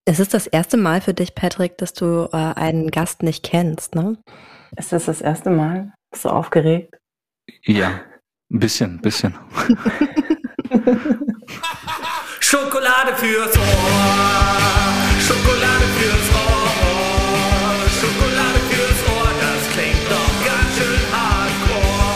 Es ist das erste Mal für dich, Patrick, dass du einen Gast nicht kennst, ne? Ist das erste Mal? Bist du aufgeregt? Ja, ein bisschen. Schokolade fürs Ohr, Schokolade fürs Ohr, Schokolade fürs Ohr, das klingt doch ganz schön hardcore.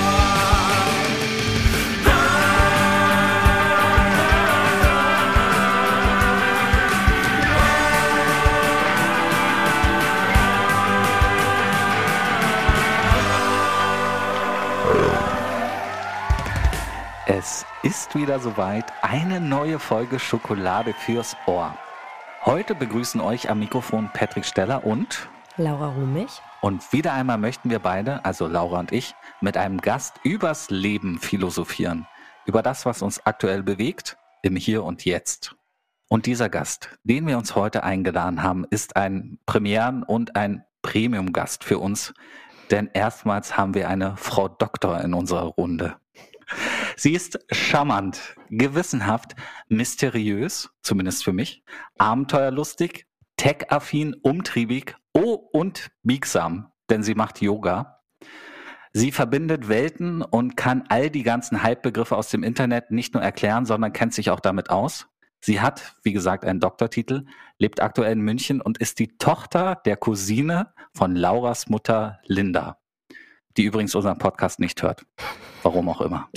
Es ist wieder soweit, eine neue Folge Schokolade fürs Ohr. Heute begrüßen euch am Mikrofon Patrick Steller und Laura Rumig. Und wieder einmal möchten wir beide, also Laura und ich, mit einem Gast übers Leben philosophieren. Über das, was uns aktuell bewegt, im Hier und Jetzt. Und dieser Gast, den wir uns heute eingeladen haben, ist ein Premieren- und ein Premium-Gast für uns. Denn erstmals haben wir eine Frau Doktor in unserer Runde. Sie ist charmant, gewissenhaft, mysteriös, zumindest für mich, abenteuerlustig, tech-affin, umtriebig, und biegsam, denn sie macht Yoga. Sie verbindet Welten und kann all die ganzen Hype-Begriffe aus dem Internet nicht nur erklären, sondern kennt sich auch damit aus. Sie hat, wie gesagt, einen Doktortitel, lebt aktuell in München und ist die Tochter der Cousine von Lauras Mutter Linda, die übrigens unseren Podcast nicht hört. Warum auch immer.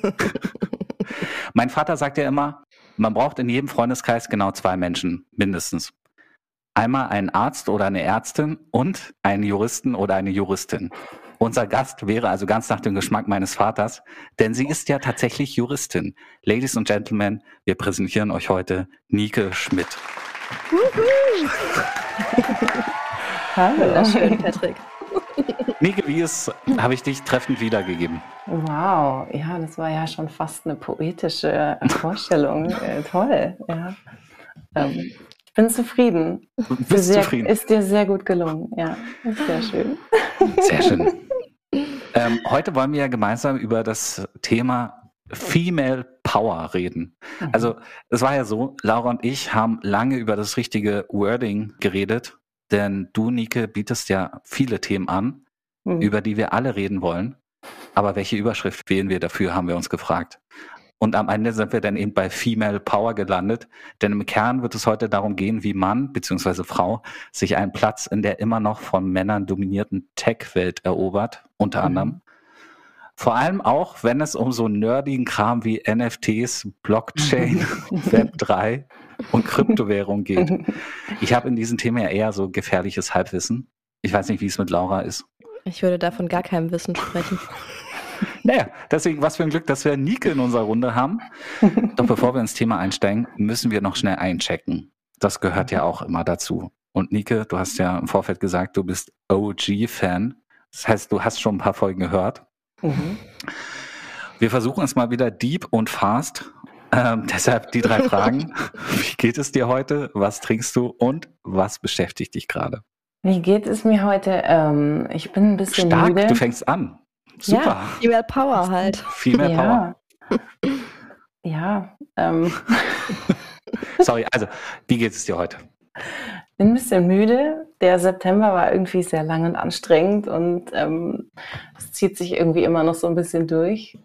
Mein Vater sagt ja immer, man braucht in jedem Freundeskreis genau 2 Menschen, mindestens. Einmal einen Arzt oder eine Ärztin und einen Juristen oder eine Juristin. Unser Gast wäre also ganz nach dem Geschmack meines Vaters, denn sie ist ja tatsächlich Juristin. Ladies and Gentlemen, wir präsentieren euch heute Nike Schmidt. Hallo. Schön, Patrick. Nike, habe ich dich treffend wiedergegeben? Wow, ja, das war ja schon fast eine poetische Vorstellung. Toll, ja. Ich bin zufrieden. Bist zufrieden? Ist dir sehr gut gelungen, ja. Ist sehr schön. Sehr schön. Heute wollen wir ja gemeinsam über das Thema Female Power reden. Also es war ja so, Laura und ich haben lange über das richtige Wording geredet, denn du, Nike, bietest ja viele Themen an, über die wir alle reden wollen. Aber welche Überschrift wählen wir dafür, haben wir uns gefragt. Und am Ende sind wir dann eben bei Female Power gelandet, denn im Kern wird es heute darum gehen, wie Mann bzw. Frau sich einen Platz in der immer noch von Männern dominierten Tech-Welt erobert, unter anderem. Vor allem auch, wenn es um so nerdigen Kram wie NFTs, Blockchain, Web3 und Kryptowährung geht. Ich habe in diesem Thema ja eher so gefährliches Halbwissen. Ich weiß nicht, wie es mit Laura ist. Ich würde da von gar keinem Wissen sprechen. Naja, deswegen, was für ein Glück, dass wir Nike in unserer Runde haben. Doch bevor wir ins Thema einsteigen, müssen wir noch schnell einchecken. Das gehört ja auch immer dazu. Und Nike, du hast ja im Vorfeld gesagt, du bist OG-Fan. Das heißt, du hast schon ein paar Folgen gehört. Wir versuchen es mal wieder deep und fast. Deshalb die 3 Fragen. Wie geht es dir heute? Was trinkst du? Und was beschäftigt dich gerade? Wie geht es mir heute? Ich bin ein bisschen Stark, müde. du fängst an. Super. Ja, Female Power halt. Female Power. Ja. Sorry, also, wie geht es dir heute? Bin ein bisschen müde. Der September war irgendwie sehr lang und anstrengend und es zieht sich irgendwie immer noch so ein bisschen durch.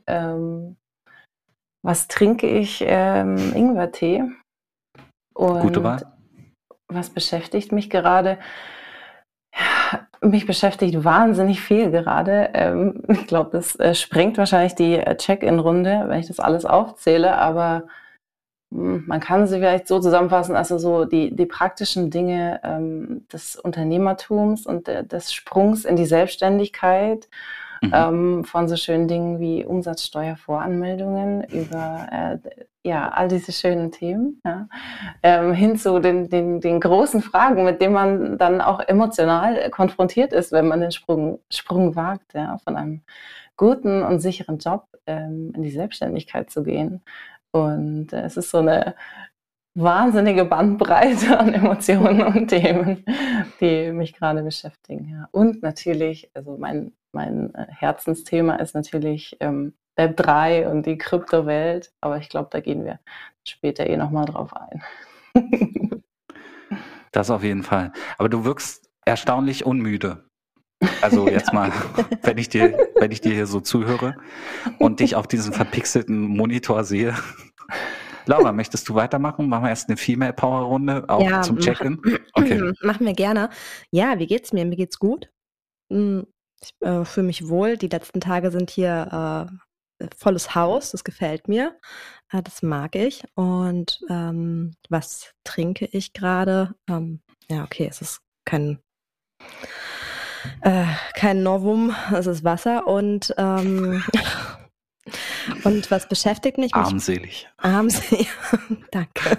Was trinke ich? Ingwertee. Und Gute Wahl. was beschäftigt mich gerade? Ja, mich beschäftigt wahnsinnig viel gerade. Ich glaube, das sprengt wahrscheinlich die Check-in-Runde, wenn ich das alles aufzähle, aber man kann sie vielleicht so zusammenfassen, also so die praktischen Dinge des Unternehmertums und des Sprungs in die Selbstständigkeit, von so schönen Dingen wie Umsatzsteuervoranmeldungen über all diese schönen Themen, hin zu den großen Fragen, mit denen man dann auch emotional konfrontiert ist, wenn man den Sprung wagt, von einem guten und sicheren Job in die Selbstständigkeit zu gehen. Und es ist so eine wahnsinnige Bandbreite an Emotionen und Themen, die mich gerade beschäftigen. Ja. Und natürlich, also mein Herzensthema ist natürlich Web3 und die Kryptowelt, aber ich glaube, da gehen wir später nochmal drauf ein. Das auf jeden Fall. Aber du wirkst erstaunlich unmüde. Also jetzt mal, wenn ich dir hier so zuhöre und dich auf diesen verpixelten Monitor sehe. Laura, möchtest du weitermachen? Machen wir erst eine Female Power Runde, auch Ja, zum Check-in? Okay. machen wir gerne. Ja, wie geht's mir? Mir geht's gut. Ich fühle mich wohl. Die letzten Tage sind hier volles Haus. Das gefällt mir. Das mag ich. Und was trinke ich gerade? Ja, okay, es ist kein Novum, es ist Wasser und was beschäftigt mich? Armselig. Armselig, danke.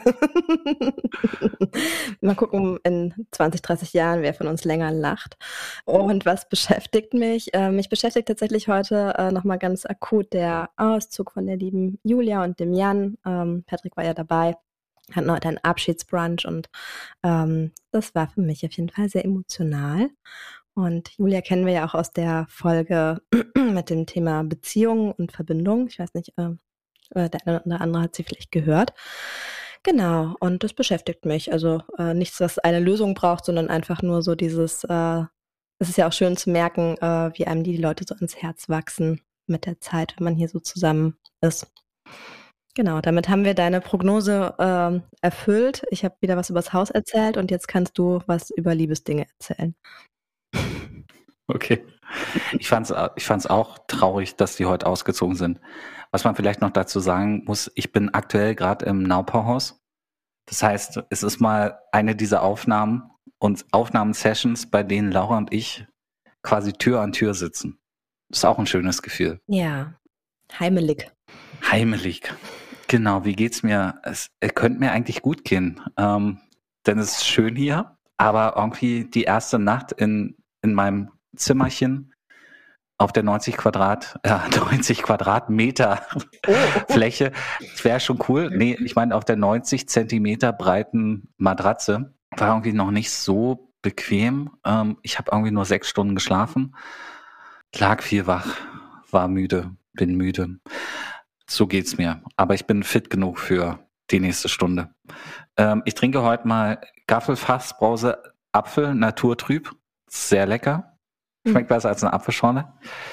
Mal gucken, in 20, 30 Jahren, wer von uns länger lacht. Und was beschäftigt mich? Mich beschäftigt tatsächlich heute nochmal ganz akut der Auszug von der lieben Julia und dem Jan. Patrick war ja dabei, hatten heute einen Abschiedsbrunch und das war für mich auf jeden Fall sehr emotional. Und Julia kennen wir ja auch aus der Folge mit dem Thema Beziehungen und Verbindung. Ich weiß nicht, der eine oder andere hat sie vielleicht gehört. Genau, und das beschäftigt mich. Also nichts, was eine Lösung braucht, sondern einfach nur so dieses, es ist ja auch schön zu merken, wie einem die Leute so ins Herz wachsen mit der Zeit, wenn man hier so zusammen ist. Genau, damit haben wir deine Prognose erfüllt. Ich habe wieder was übers Haus erzählt und jetzt kannst du was über Liebesdinge erzählen. Okay. Ich fand's auch traurig, dass die heute ausgezogen sind. Was man vielleicht noch dazu sagen muss, ich bin aktuell gerade im Naupauhaus. Das heißt, es ist mal eine dieser Aufnahmen und Aufnahmensessions, bei denen Laura und ich quasi Tür an Tür sitzen. Das ist auch ein schönes Gefühl. Ja, heimelig. Heimelig. Genau, wie geht's mir? Es könnte mir eigentlich gut gehen, denn es ist schön hier, aber irgendwie die erste Nacht in meinem Zimmerchen auf der 90 Quadratmeter Fläche. Das wäre schon cool. Nee, ich meine auf der 90 Zentimeter breiten Matratze. War irgendwie noch nicht so bequem. Ich habe irgendwie nur 6 Stunden geschlafen. Lag viel wach, war müde, bin müde. So geht's mir. Aber ich bin fit genug für die nächste Stunde. Ich trinke heute mal Gaffelfassbrause Apfel naturtrüb. Sehr lecker. Schmeckt besser als eine Apfelschorle.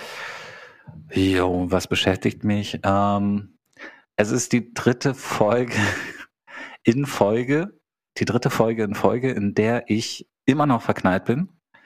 Jo, was beschäftigt mich? Es ist die dritte Folge in Folge, in der ich immer noch verknallt bin.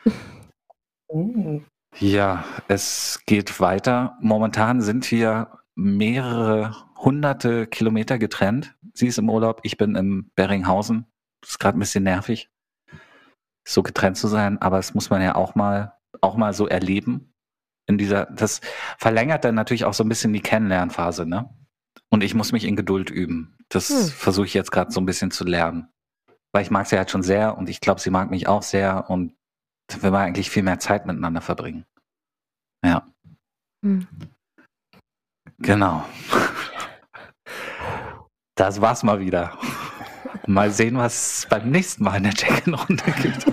Ja, es geht weiter. Momentan sind wir mehrere hunderte Kilometer getrennt. Sie ist im Urlaub, ich bin in Berringhausen. Das ist gerade ein bisschen nervig, so getrennt zu sein, aber das muss man ja auch mal so erleben. Das verlängert dann natürlich auch so ein bisschen die Kennenlernphase, ne? Und ich muss mich in Geduld üben. Das versuche ich jetzt gerade so ein bisschen zu lernen. Weil ich mag sie halt schon sehr und ich glaube, sie mag mich auch sehr und dann will man eigentlich viel mehr Zeit miteinander verbringen. Ja. Genau. Das war's mal wieder. Mal sehen, was es beim nächsten Mal in der Check-in-Runde gibt.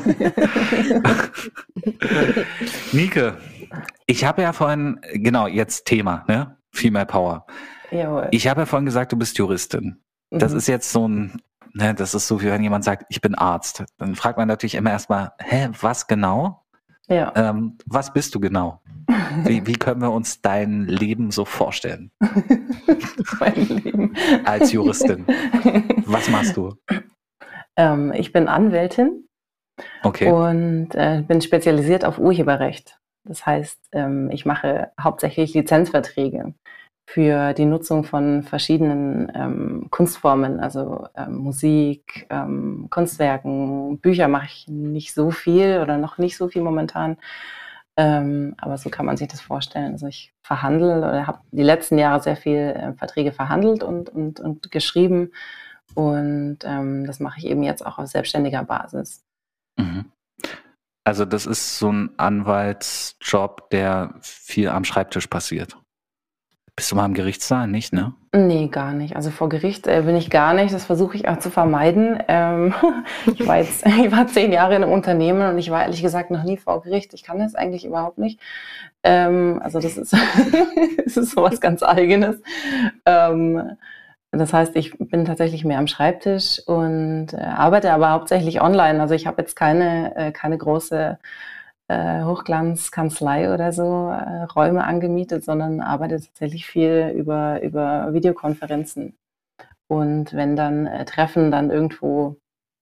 Nike, ich habe ja vorhin, genau, jetzt Thema, ne? Female Power. Jawohl. Ich habe ja vorhin gesagt, du bist Juristin. Das ist jetzt so das ist so, wie wenn jemand sagt, ich bin Arzt. Dann fragt man natürlich immer erstmal, was genau? Ja. Was bist du genau? Wie können wir uns dein Leben so vorstellen? Mein Leben. Als Juristin. Was machst du? Ich bin Anwältin. Okay. Und bin spezialisiert auf Urheberrecht. Das heißt, ich mache hauptsächlich Lizenzverträge für die Nutzung von verschiedenen Kunstformen, also Musik, Kunstwerken, Bücher mache ich nicht so viel oder noch nicht so viel momentan. Aber so kann man sich das vorstellen. Also ich verhandle oder habe die letzten Jahre sehr viel Verträge verhandelt und geschrieben. Und das mache ich eben jetzt auch auf selbstständiger Basis. Mhm. Also das ist so ein Anwaltsjob, der viel am Schreibtisch passiert. Bist du mal im Gerichtssaal? Nicht, ne? Nee, gar nicht. Also vor Gericht bin ich gar nicht. Das versuche ich auch zu vermeiden. Ich war 10 Jahre in einem Unternehmen und ich war ehrlich gesagt noch nie vor Gericht. Ich kann das eigentlich überhaupt nicht. Also das ist, das ist sowas ganz Eigenes. Das heißt, ich bin tatsächlich mehr am Schreibtisch und arbeite aber hauptsächlich online. Also ich habe jetzt keine große Hochglanzkanzlei oder so Räume angemietet, sondern arbeite tatsächlich viel über Videokonferenzen. Und wenn dann Treffen, dann irgendwo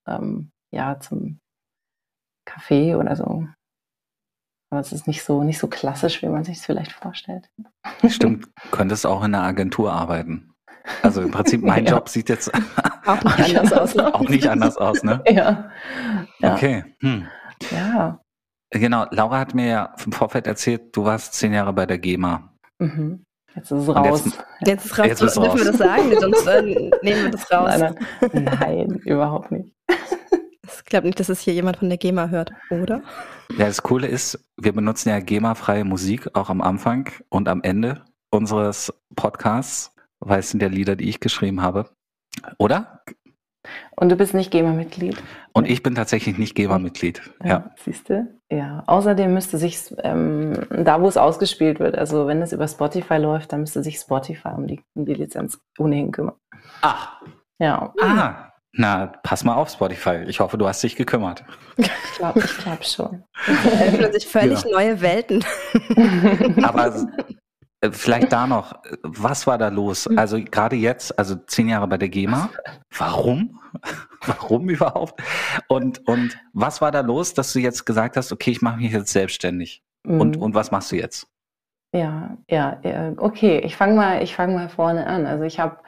zum Café oder so. Aber es ist nicht so klassisch, wie man sich es vielleicht vorstellt. Stimmt, könntest auch in einer Agentur arbeiten. Also im Prinzip, mein Ja. Job sieht jetzt Auch nicht anders aus. Ne? auch nicht anders aus, ne? Ja. Okay. Ja. Genau, Laura hat mir ja im Vorfeld erzählt, du warst 10 Jahre bei der GEMA. Mhm. Jetzt ist es Und raus. Jetzt ist raus. Jetzt ist Dürfen wir raus. das sagen? Sonst nehmen wir das raus. Nein, überhaupt nicht. Ich glaube nicht, dass es hier jemand von der GEMA hört, oder? Ja, das Coole ist, wir benutzen ja GEMA-freie Musik auch am Anfang und am Ende unseres Podcasts, weil es sind ja Lieder, die ich geschrieben habe. Oder? Und du bist nicht GEMA-Mitglied? Und ich bin tatsächlich nicht GEMA-Mitglied. Ja. Siehst du? Ja. Außerdem müsste sich da, wo es ausgespielt wird, also wenn es über Spotify läuft, dann müsste sich Spotify um die Lizenz ohnehin kümmern. Ach. Ja. Na, pass mal auf, Spotify. Ich hoffe, du hast dich gekümmert. Ich glaube schon. Öffnen sich völlig neue Welten. Aber vielleicht da noch, was war da los? Also gerade jetzt, also 10 Jahre bei der GEMA. Warum? Warum überhaupt? Und was war da los, dass du jetzt gesagt hast, okay, ich mache mich jetzt selbstständig? Und was machst du jetzt? Ja, okay. Ich fange mal vorne an. Also ich habe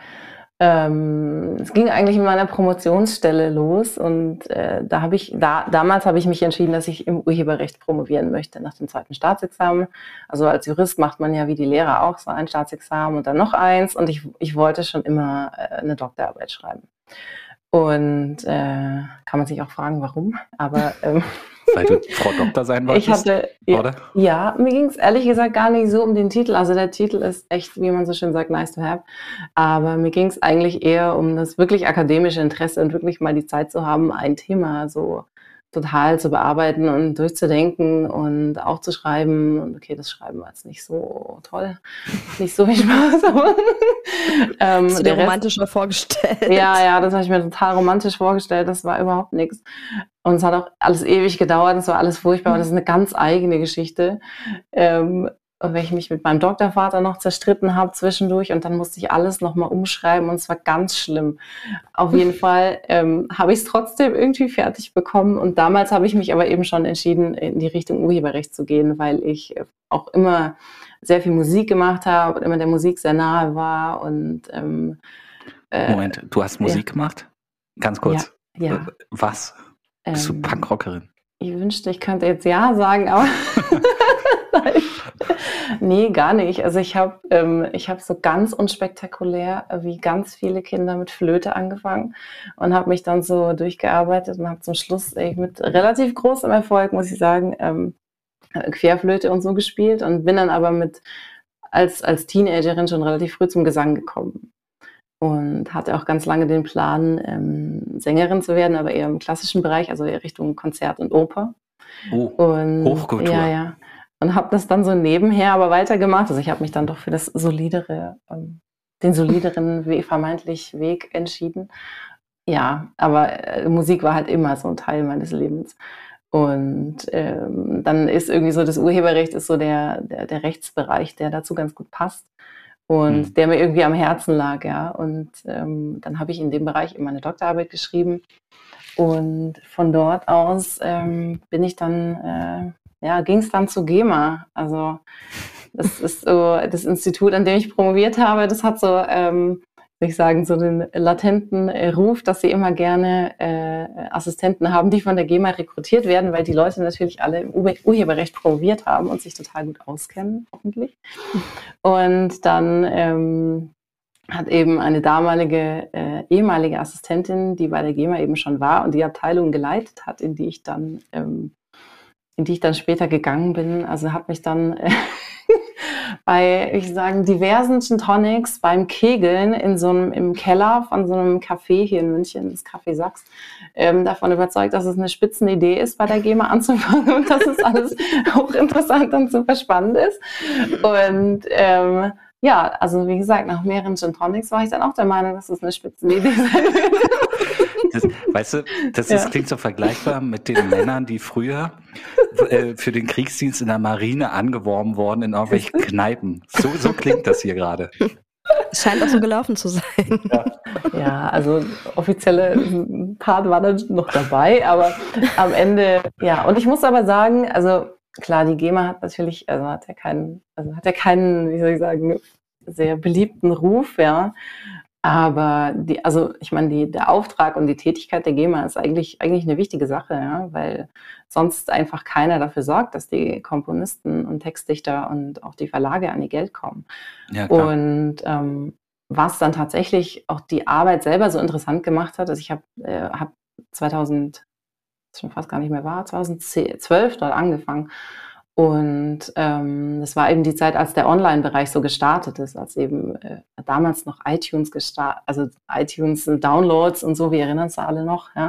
es ging eigentlich in meiner Promotionsstelle los und damals habe ich mich entschieden, dass ich im Urheberrecht promovieren möchte nach dem 2. Staatsexamen. Also als Jurist macht man ja wie die Lehrer auch so ein Staatsexamen und dann noch eins und ich wollte schon immer eine Doktorarbeit schreiben. Und kann man sich auch fragen, warum, aber weil du Frau Doktor sein wolltest, oder? Ja, mir ging es ehrlich gesagt gar nicht so um den Titel. Also der Titel ist echt, wie man so schön sagt, nice to have. Aber mir ging es eigentlich eher um das wirklich akademische Interesse und wirklich mal die Zeit zu haben, ein Thema so total zu bearbeiten und durchzudenken und auch zu schreiben. Und okay, das Schreiben war jetzt nicht so toll, nicht so viel Spaß. Aber, hast du dir romantischer vorgestellt? Ja, das habe ich mir total romantisch vorgestellt. Das war überhaupt nichts. Und es hat auch alles ewig gedauert, es war alles furchtbar. Und das ist eine ganz eigene Geschichte. Und wenn ich mich mit meinem Doktorvater noch zerstritten habe zwischendurch und dann musste ich alles nochmal umschreiben und es war ganz schlimm. Auf jeden Fall habe ich es trotzdem irgendwie fertig bekommen und damals habe ich mich aber eben schon entschieden, in die Richtung Urheberrecht zu gehen, weil ich auch immer sehr viel Musik gemacht habe und immer der Musik sehr nahe war. Und Moment, du hast Musik gemacht? Ganz kurz. Ja. Was? Bist du Punkrockerin? Ich wünschte, ich könnte jetzt ja sagen, aber nein. Nee, gar nicht. Also ich habe so ganz unspektakulär wie ganz viele Kinder mit Flöte angefangen und habe mich dann so durchgearbeitet und habe zum Schluss mit relativ großem Erfolg, muss ich sagen, Querflöte und so gespielt und bin dann aber als Teenagerin schon relativ früh zum Gesang gekommen. Und hatte auch ganz lange den Plan, Sängerin zu werden, aber eher im klassischen Bereich, also eher Richtung Konzert und Oper. Oh, und, Hochkultur. Ja. Und habe das dann so nebenher aber weitergemacht. Also ich habe mich dann doch für den solideren vermeintlich Weg entschieden. Ja, aber Musik war halt immer so ein Teil meines Lebens. Und dann ist irgendwie so, das Urheberrecht ist so der Rechtsbereich, der dazu ganz gut passt. Und der mir irgendwie am Herzen lag, ja. Und dann habe ich in dem Bereich eben meine Doktorarbeit geschrieben. Und von dort aus bin ich dann, ging es dann zu GEMA. Also das ist so das Institut, an dem ich promoviert habe. Das hat so, soll ich sagen, so den latenten Ruf, dass sie immer gerne Assistenten haben, die von der GEMA rekrutiert werden, weil die Leute natürlich alle im Urheberrecht promoviert haben und sich total gut auskennen, hoffentlich. Und dann hat eben eine damalige, ehemalige Assistentin, die bei der GEMA eben schon war und die Abteilung geleitet hat, in die ich dann später gegangen bin. Also hat mich dann bei, ich sagen, diversen Gin Tonics beim Kegeln im Keller von so einem Café hier in München, das Café Sachs, davon überzeugt, dass es eine Spitzenidee ist, bei der GEMA anzufangen und dass es alles hochinteressant und super spannend ist. Und ja, also wie gesagt, nach mehreren Gin Tonics war ich dann auch der Meinung, dass das eine Spitzenidee sein würde. Weißt du, Ja. klingt so vergleichbar mit den Männern, die früher für den Kriegsdienst in der Marine angeworben wurden in irgendwelchen Kneipen. So klingt das hier gerade. Es scheint auch so gelaufen zu sein. Ja, also offizielle Part war dann noch dabei, aber am Ende, ja. Und ich muss aber sagen, also klar, die GEMA hat natürlich, hat ja keinen, wie soll ich sagen, sehr beliebten Ruf, ja. Aber ich meine, der Auftrag und die Tätigkeit der GEMA ist eigentlich eine wichtige Sache, ja, weil sonst einfach keiner dafür sorgt, dass die Komponisten und Textdichter und auch die Verlage an ihr Geld kommen. Ja, klar. Und was dann tatsächlich auch die Arbeit selber so interessant gemacht hat, also ich habe 2000, schon fast gar nicht mehr war, 2012 dort angefangen. Und das war eben die Zeit, als der Online-Bereich so gestartet ist, als eben damals noch iTunes iTunes Downloads und so, wir erinnern uns da alle noch, ja.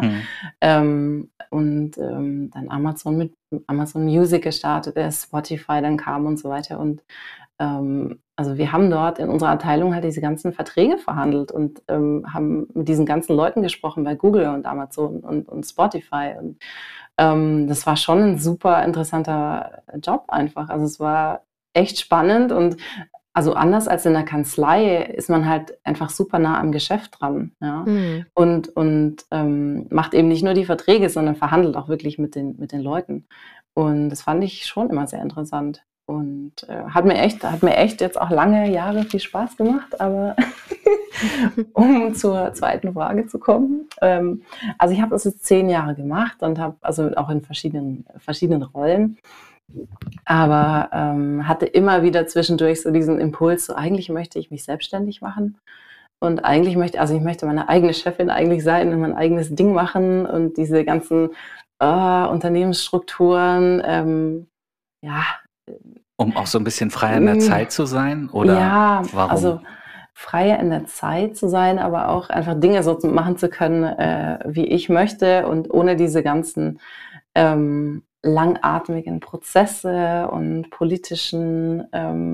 Dann Amazon mit Amazon Music gestartet, Spotify dann kam und so weiter. Und also wir haben dort in unserer Abteilung halt diese ganzen Verträge verhandelt und haben mit diesen ganzen Leuten gesprochen bei Google und Amazon und Spotify. Und das war schon ein super interessanter Job einfach. Also es war echt spannend und also anders als in der Kanzlei ist man halt einfach super nah am Geschäft dran, ja. Und macht eben nicht nur die Verträge, sondern verhandelt auch wirklich mit den Leuten. Und das fand ich schon immer sehr interessant. Und hat mir echt jetzt auch lange Jahre viel Spaß gemacht, aber um zur zweiten Frage zu kommen. Also ich habe das jetzt 10 Jahre gemacht und habe also auch in verschiedenen Rollen, aber hatte immer wieder zwischendurch so diesen Impuls, so eigentlich möchte ich mich selbstständig machen und ich möchte meine eigene Chefin eigentlich sein und mein eigenes Ding machen und diese ganzen Unternehmensstrukturen, Um auch so ein bisschen freier in der Zeit zu sein? Oder ja, warum? also freier in der Zeit zu sein, aber auch einfach Dinge so machen zu können, wie ich möchte und ohne diese ganzen langatmigen Prozesse und politischen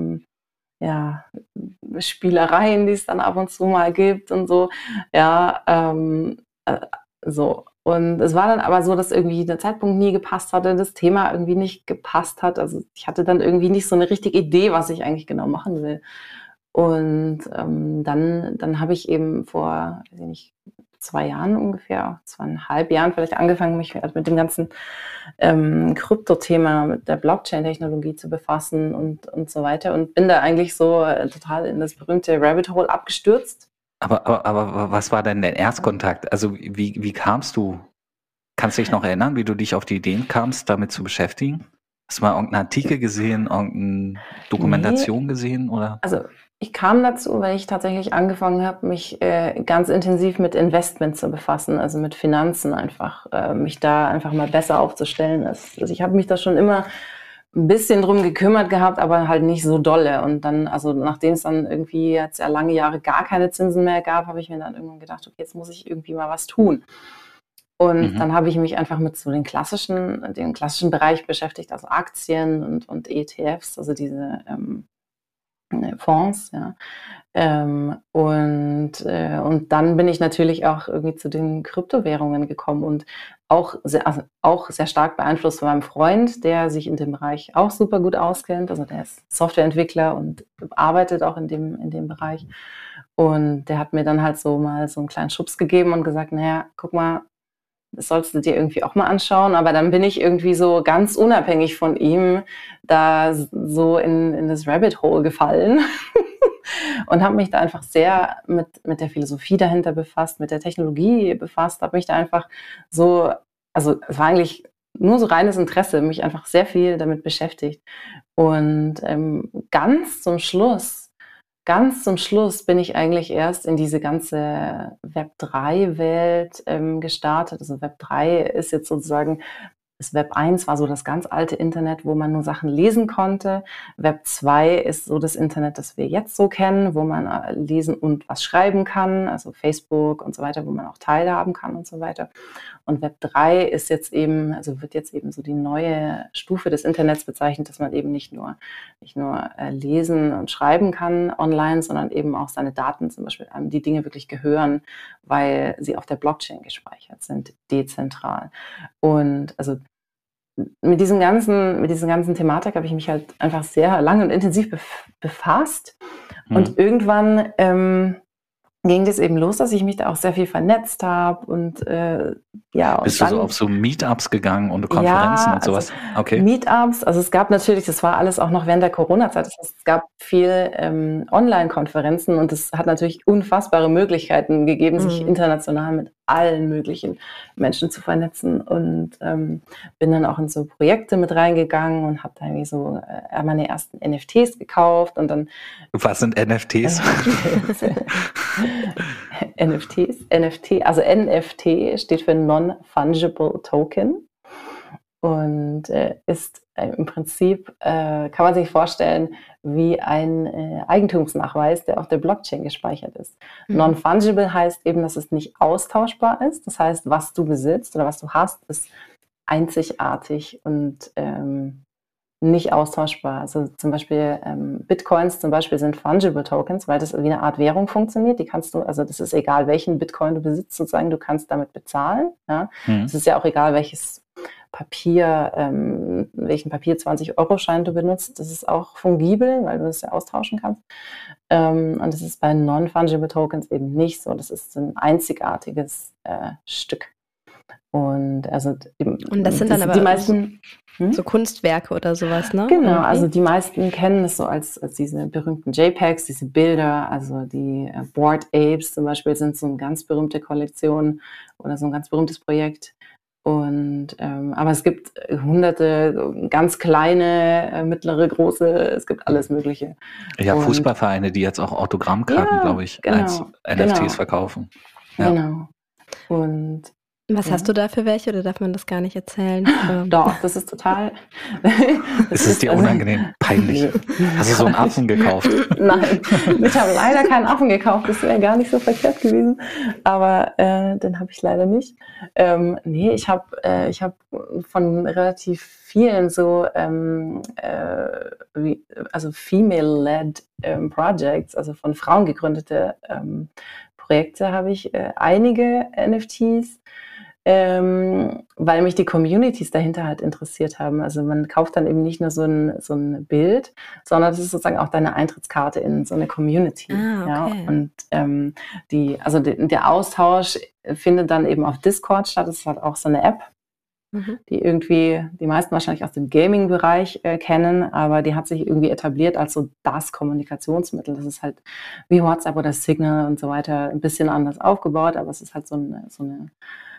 Spielereien, die es dann ab und zu mal gibt und so. Ja, so. Und es war dann aber so, dass irgendwie der Zeitpunkt nie gepasst hatte, das Thema irgendwie nicht gepasst hat. Also ich hatte dann irgendwie nicht so eine richtige Idee, was ich eigentlich genau machen will. Und dann habe ich eben vor, weiß ich nicht, 2 Jahren ungefähr, 2,5 Jahren vielleicht angefangen, mich mit dem ganzen Krypto-Thema, mit der Blockchain-Technologie zu befassen und so weiter. Und bin da eigentlich so total in das berühmte Rabbit Hole abgestürzt. Aber was war denn der Erstkontakt? Also wie kamst du? Kannst du dich noch erinnern, wie du dich auf die Ideen kamst, damit zu beschäftigen? Hast du mal irgendeinen Artikel gesehen, irgendeine Dokumentation gesehen? Oder? Also ich kam dazu, weil ich tatsächlich angefangen habe, mich ganz intensiv mit Investment zu befassen, also mit Finanzen einfach, mich da einfach mal besser aufzustellen. Also ich habe mich da schon immer ein bisschen drum gekümmert gehabt, aber halt nicht so dolle. Und dann, also nachdem es dann irgendwie jetzt ja lange Jahre gar keine Zinsen mehr gab, habe ich mir dann irgendwann gedacht, okay, jetzt muss ich irgendwie mal was tun. Und dann habe ich mich einfach mit so dem klassischen Bereich beschäftigt, also Aktien und ETFs, also diese Fonds, ja. Und dann bin ich natürlich auch irgendwie zu den Kryptowährungen gekommen und auch sehr stark beeinflusst von meinem Freund, der sich in dem Bereich auch super gut auskennt. Also der ist Softwareentwickler und arbeitet auch in dem Bereich. Und der hat mir dann halt so mal so einen kleinen Schubs gegeben und gesagt, naja, guck mal, das solltest du dir irgendwie auch mal anschauen. Aber dann bin ich irgendwie so ganz unabhängig von ihm da so in das Rabbit Hole gefallen und habe mich da einfach sehr mit der Philosophie dahinter befasst, mit der Technologie befasst, habe mich da einfach so, also es war eigentlich nur so reines Interesse, mich einfach sehr viel damit beschäftigt. Und ganz zum Schluss bin ich eigentlich erst in diese ganze Web3-Welt gestartet. Also Web3 ist jetzt sozusagen, das Web 1 war so das ganz alte Internet, wo man nur Sachen lesen konnte. Web 2 ist so das Internet, das wir jetzt so kennen, wo man lesen und was schreiben kann, also Facebook und so weiter, wo man auch teilhaben kann und so weiter. Und Web 3 ist jetzt eben, also wird jetzt eben so die neue Stufe des Internets bezeichnet, dass man eben nicht nur lesen und schreiben kann online, sondern eben auch seine Daten zum Beispiel einem die Dinge wirklich gehören, weil sie auf der Blockchain gespeichert sind, dezentral. Und also mit diesen ganzen Thematik habe ich mich halt einfach sehr lange und intensiv befasst. Und irgendwann ging das eben los, dass ich mich da auch sehr viel vernetzt habe und Bist du so auf so Meetups gegangen und Konferenzen und sowas? Also okay. Meetups, also es gab natürlich, das war alles auch noch während der Corona-Zeit, das heißt, es gab viel Online-Konferenzen und es hat natürlich unfassbare Möglichkeiten gegeben, sich international mit allen möglichen Menschen zu vernetzen und bin dann auch in so Projekte mit reingegangen und habe da irgendwie so meine ersten NFTs gekauft und dann... Was sind NFTs? Also NFT steht für Non-Fungible Token und ist im Prinzip, kann man sich vorstellen, wie ein Eigentumsnachweis, der auf der Blockchain gespeichert ist. Non-Fungible heißt eben, dass es nicht austauschbar ist. Das heißt, was du besitzt oder was du hast, ist einzigartig und nicht austauschbar. Also zum Beispiel Bitcoins zum Beispiel sind Fungible Tokens, weil das wie eine Art Währung funktioniert. Die kannst du, also das ist egal, welchen Bitcoin du besitzt, sozusagen, du kannst damit bezahlen. Ja? Es ist ja auch egal, welchen Papier 20-Euro-Schein du benutzt. Das ist auch fungibel, weil du das ja austauschen kannst. Und das ist bei Non-Fungible Tokens eben nicht so. Das ist ein einzigartiges Stück. Und also das sind dann aber die meisten so Kunstwerke oder sowas, ne? Genau, okay. Also die meisten kennen es so als diese berühmten JPEGs, diese Bilder, also die Bored Apes zum Beispiel sind so eine ganz berühmte Kollektion oder so ein ganz berühmtes Projekt. Und aber es gibt hunderte ganz kleine, mittlere, große, es gibt alles Mögliche. Ja, und Fußballvereine, die jetzt auch Autogrammkarten, glaube ich, als NFTs verkaufen. Ja. Genau. Und was hast du da für welche oder darf man das gar nicht erzählen? Doch, das ist total... Es ist dir unangenehm, peinlich. Hast du so einen Affen gekauft? Nein, ich habe leider keinen Affen gekauft, das wäre gar nicht so verkehrt gewesen, aber den habe ich leider nicht. Nee, ich habe von relativ vielen so also female-led Projects, also von Frauen gegründete Projekte habe ich einige NFTs, weil mich die Communities dahinter halt interessiert haben. Also man kauft dann eben nicht nur so ein Bild, sondern das ist sozusagen auch deine Eintrittskarte in so eine Community. Okay. Ja? Und der Austausch findet dann eben auf Discord statt. Das ist halt auch so eine App, die irgendwie die meisten wahrscheinlich aus dem Gaming-Bereich kennen, aber die hat sich irgendwie etabliert als so das Kommunikationsmittel. Das ist halt wie WhatsApp oder Signal und so weiter ein bisschen anders aufgebaut, aber es ist halt so eine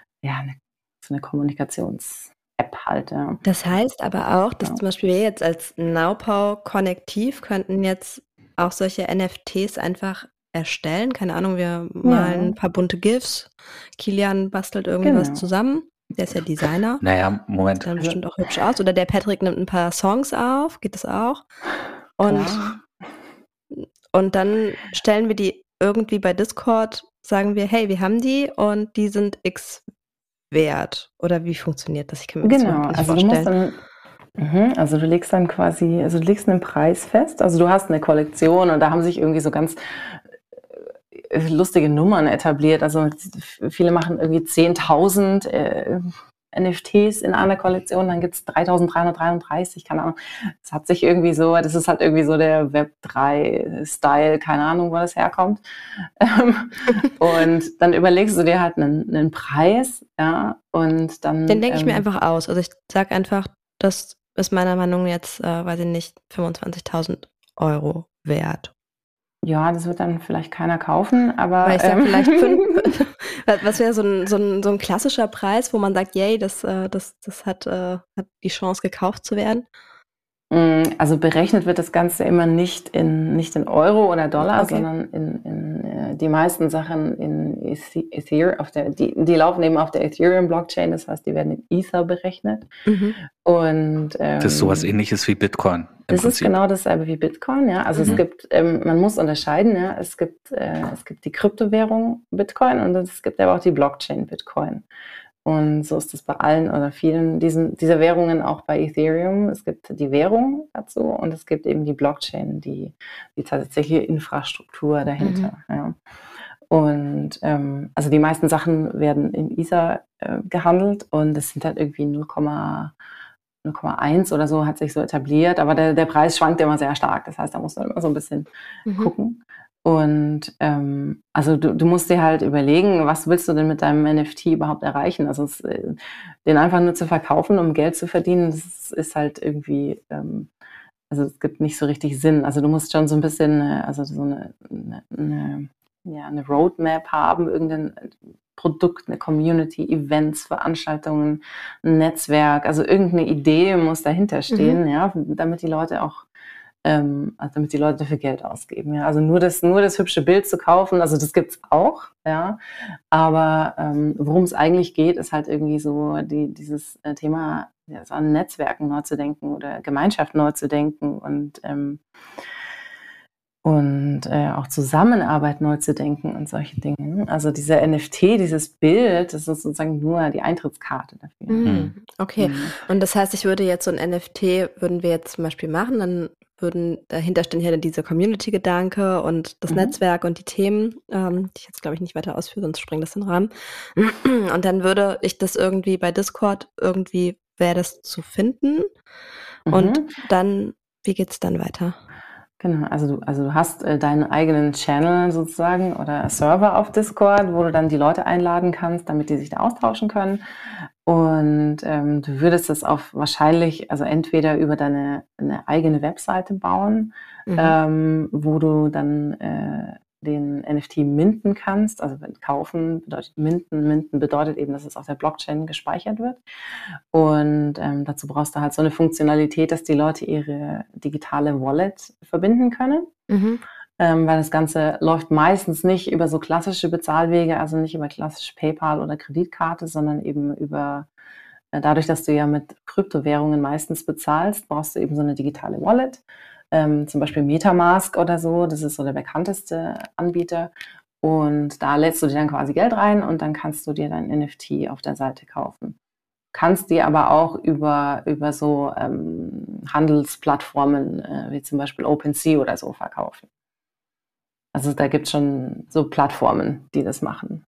Kommunikations-App halt. Ja. Das heißt aber auch, dass zum Beispiel wir jetzt als Naupau-Konnektiv könnten jetzt auch solche NFTs einfach erstellen. Keine Ahnung, wir malen ein paar bunte GIFs. Kilian bastelt irgendwas zusammen. Der ist ja Designer. Naja, Moment. Sieht dann bestimmt auch hübsch aus. Oder der Patrick nimmt ein paar Songs auf. Geht das auch? Und dann stellen wir die irgendwie bei Discord, sagen wir, hey, wir haben die und die sind X wert. Oder wie funktioniert das? Ich kann mir das nicht vorstellen. Du legst dann quasi, du legst einen Preis fest. Also du hast eine Kollektion und da haben sich irgendwie so ganz lustige Nummern etabliert. Also viele machen irgendwie 10.000 NFTs in einer Kollektion, dann gibt es 3.333, keine Ahnung. Das hat sich irgendwie so, das ist halt irgendwie so der Web3-Style, keine Ahnung, wo das herkommt. Und dann überlegst du dir halt einen Preis, ja, und dann... Den denke ich mir einfach aus. Also ich sage einfach, das ist meiner Meinung nach jetzt, weiß ich nicht, 25.000 Euro wert. Ja, das wird dann vielleicht keiner kaufen, aber... Weil ich sag vielleicht 5... Was wäre so ein klassischer Preis, wo man sagt, yay, das hat die Chance, gekauft zu werden? Also berechnet wird das Ganze immer nicht in Euro oder Dollar, sondern in die meisten Sachen in Ethereum, die laufen eben auf der Ethereum-Blockchain, das heißt, die werden in Ether berechnet. Und das ist sowas Ähnliches wie Bitcoin. Das ist genau dasselbe wie Bitcoin, ja. Also es gibt, man muss unterscheiden, ja. Es gibt die Kryptowährung Bitcoin und es gibt aber auch die Blockchain Bitcoin. Und so ist es bei allen oder vielen dieser Währungen, auch bei Ethereum. Es gibt die Währung dazu und es gibt eben die Blockchain, die tatsächliche Infrastruktur dahinter. Ja. Und also die meisten Sachen werden in Ether gehandelt und es sind halt irgendwie 0,1 oder so hat sich so etabliert, aber der Preis schwankt immer sehr stark. Das heißt, da muss man immer so ein bisschen gucken. Und also du musst dir halt überlegen, was willst du denn mit deinem NFT überhaupt erreichen? Also den einfach nur zu verkaufen, um Geld zu verdienen, das ist halt irgendwie, also es gibt nicht so richtig Sinn. Also du musst schon so ein bisschen, also so eine Roadmap haben, irgendein Produkt, eine Community, Events, Veranstaltungen, ein Netzwerk, also irgendeine Idee muss dahinter stehen, ja, damit die Leute auch damit die Leute dafür Geld ausgeben. Ja. Also nur das hübsche Bild zu kaufen, also das gibt's auch, ja. Aber worum es eigentlich geht, ist halt irgendwie so dieses Thema, ja, so an Netzwerken neu zu denken oder Gemeinschaft neu zu denken und auch Zusammenarbeit neu zu denken und solche Dinge. Also dieser NFT, dieses Bild, das ist sozusagen nur die Eintrittskarte dafür. Okay, und das heißt, ich würde jetzt so ein NFT, würden wir jetzt zum Beispiel machen, dann würden dahinter stehen hier dieser Community-Gedanke und das Netzwerk und die Themen, die ich jetzt, glaube ich, nicht weiter ausführe, sonst springt das in den Rahmen. Und dann würde ich das irgendwie bei Discord, wäre das zu finden. Und dann, wie geht's dann weiter? Genau, also du hast deinen eigenen Channel sozusagen oder Server auf Discord, wo du dann die Leute einladen kannst, damit die sich da austauschen können. Und du würdest das wahrscheinlich, also entweder über eine eigene Webseite bauen, wo du dann den NFT minten kannst. Also kaufen bedeutet minten. Minten bedeutet eben, dass es auf der Blockchain gespeichert wird. Und dazu brauchst du halt so eine Funktionalität, dass die Leute ihre digitale Wallet verbinden können. Weil das Ganze läuft meistens nicht über so klassische Bezahlwege, also nicht über klassische PayPal oder Kreditkarte, sondern eben dadurch, dass du ja mit Kryptowährungen meistens bezahlst, brauchst du eben so eine digitale Wallet. Zum Beispiel MetaMask oder so, das ist so der bekannteste Anbieter. Und da lädst du dir dann quasi Geld rein und dann kannst du dir dein NFT auf der Seite kaufen. Kannst dir aber auch über so Handelsplattformen wie zum Beispiel OpenSea oder so verkaufen. Also da gibt es schon so Plattformen, die das machen.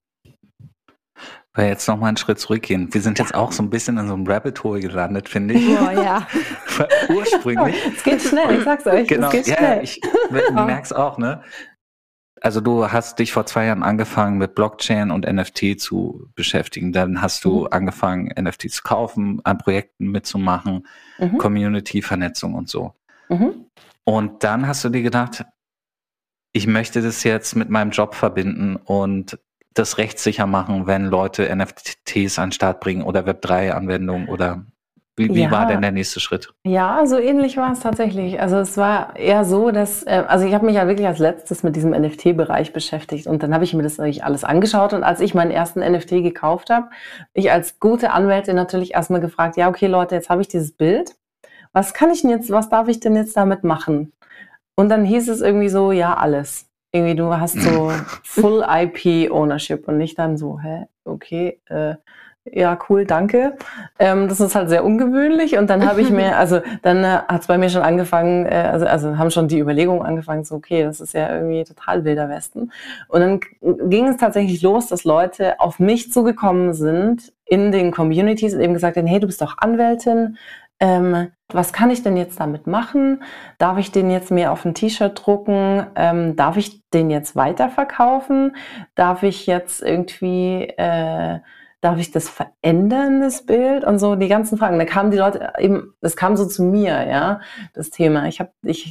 Weil jetzt nochmal einen Schritt zurückgehen. Wir sind jetzt auch so ein bisschen in so einem Rabbit Hole gelandet, finde ich. Oh ja. Ursprünglich. Es geht schnell, ich sag's euch. Genau, es geht schnell. Ich merk's auch, ne? Also du hast dich vor 2 Jahren angefangen mit Blockchain und NFT zu beschäftigen. Dann hast du angefangen, NFT zu kaufen, an Projekten mitzumachen, Community-Vernetzung und so. Und dann hast du dir gedacht, ich möchte das jetzt mit meinem Job verbinden und das rechtssicher machen, wenn Leute NFTs an den Start bringen oder Web3-Anwendungen oder wie war denn der nächste Schritt? Ja, so ähnlich war es tatsächlich. Also es war eher so, dass, also ich habe mich ja wirklich als letztes mit diesem NFT-Bereich beschäftigt und dann habe ich mir das natürlich alles angeschaut und als ich meinen ersten NFT gekauft habe, ich als gute Anwältin natürlich erstmal gefragt, ja okay Leute, jetzt habe ich dieses Bild, was darf ich denn jetzt damit machen? Und dann hieß es irgendwie so, ja alles. Irgendwie du hast so Full IP Ownership und nicht dann so, okay, ja, cool, danke. Das ist halt sehr ungewöhnlich und dann habe ich mir, also dann hat es bei mir schon angefangen, also haben schon die Überlegungen angefangen, so okay, das ist ja irgendwie total wilder Westen. Und dann ging es tatsächlich los, dass Leute auf mich zugekommen sind in den Communities und eben gesagt haben, hey, du bist doch Anwältin, was kann ich denn jetzt damit machen? Darf ich den jetzt mehr auf ein T-Shirt drucken? Darf ich den jetzt weiterverkaufen? Darf ich jetzt irgendwie, darf ich das verändern, das Bild? Und so die ganzen Fragen. Da kamen die Leute eben, das kam so zu mir, ja, das Thema. Ich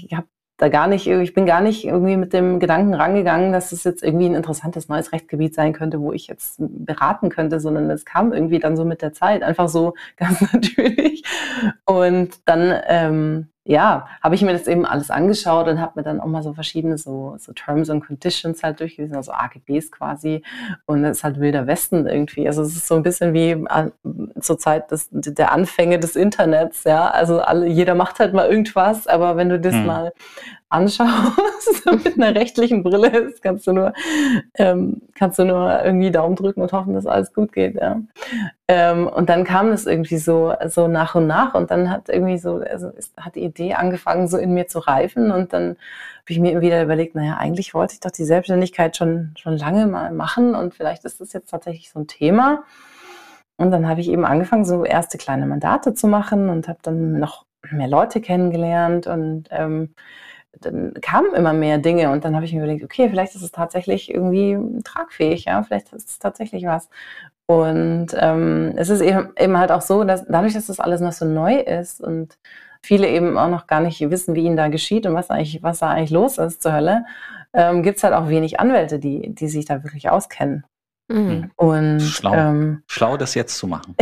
bin gar nicht irgendwie mit dem Gedanken rangegangen, dass es jetzt irgendwie ein interessantes neues Rechtsgebiet sein könnte, wo ich jetzt beraten könnte, sondern es kam irgendwie dann so mit der Zeit, einfach so ganz natürlich. Und dann, habe ich mir das eben alles angeschaut und habe mir dann auch mal so verschiedene so Terms and Conditions halt durchgelesen, also AGBs quasi. Und es ist halt wilder Westen irgendwie. Also es ist so ein bisschen wie zur Zeit der Anfänge des Internets, ja. Also jeder macht halt mal irgendwas, aber wenn du das mal anschaust mit einer rechtlichen Brille, das kannst du nur irgendwie Daumen drücken und hoffen, dass alles gut geht. Ja. Und dann kam das irgendwie so nach und nach und dann hat irgendwie hat die Idee angefangen, so in mir zu reifen und dann habe ich mir wieder überlegt, naja, eigentlich wollte ich doch die Selbstständigkeit schon lange mal machen und vielleicht ist das jetzt tatsächlich so ein Thema. Und dann habe ich eben angefangen, so erste kleine Mandate zu machen und habe dann noch mehr Leute kennengelernt und dann kamen immer mehr Dinge und dann habe ich mir überlegt, okay, vielleicht ist es tatsächlich irgendwie tragfähig, ja, vielleicht ist es tatsächlich was. Und es ist eben halt auch so, dass dadurch, dass das alles noch so neu ist und viele eben auch noch gar nicht wissen, wie ihnen da geschieht und was da eigentlich los ist zur Hölle, gibt es halt auch wenig Anwälte, die sich da wirklich auskennen. Und schlau, das jetzt zu machen.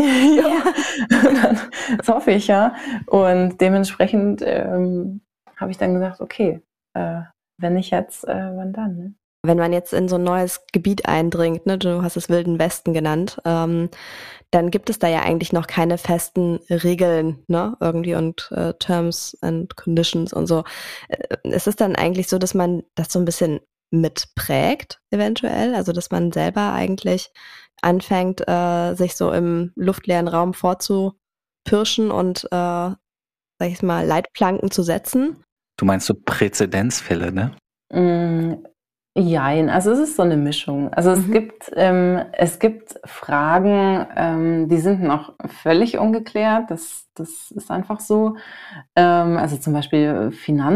Ja, das hoffe ich, ja. Und dementsprechend habe ich dann gesagt, okay, wenn nicht jetzt, wann dann? Ne? Wenn man jetzt in so ein neues Gebiet eindringt, ne, du hast es Wilden Westen genannt, dann gibt es da ja eigentlich noch keine festen Regeln, ne, irgendwie und Terms and Conditions und so. Ist es dann eigentlich so, dass man das so ein bisschen mitprägt, eventuell? Also, dass man selber eigentlich anfängt, sich so im luftleeren Raum vorzupirschen und, sag ich mal, Leitplanken zu setzen? Du meinst so Präzedenzfälle, ne? Jein, also es ist so eine Mischung. Also es gibt Fragen, die sind noch völlig ungeklärt. Das ist einfach so. Also zum Beispiel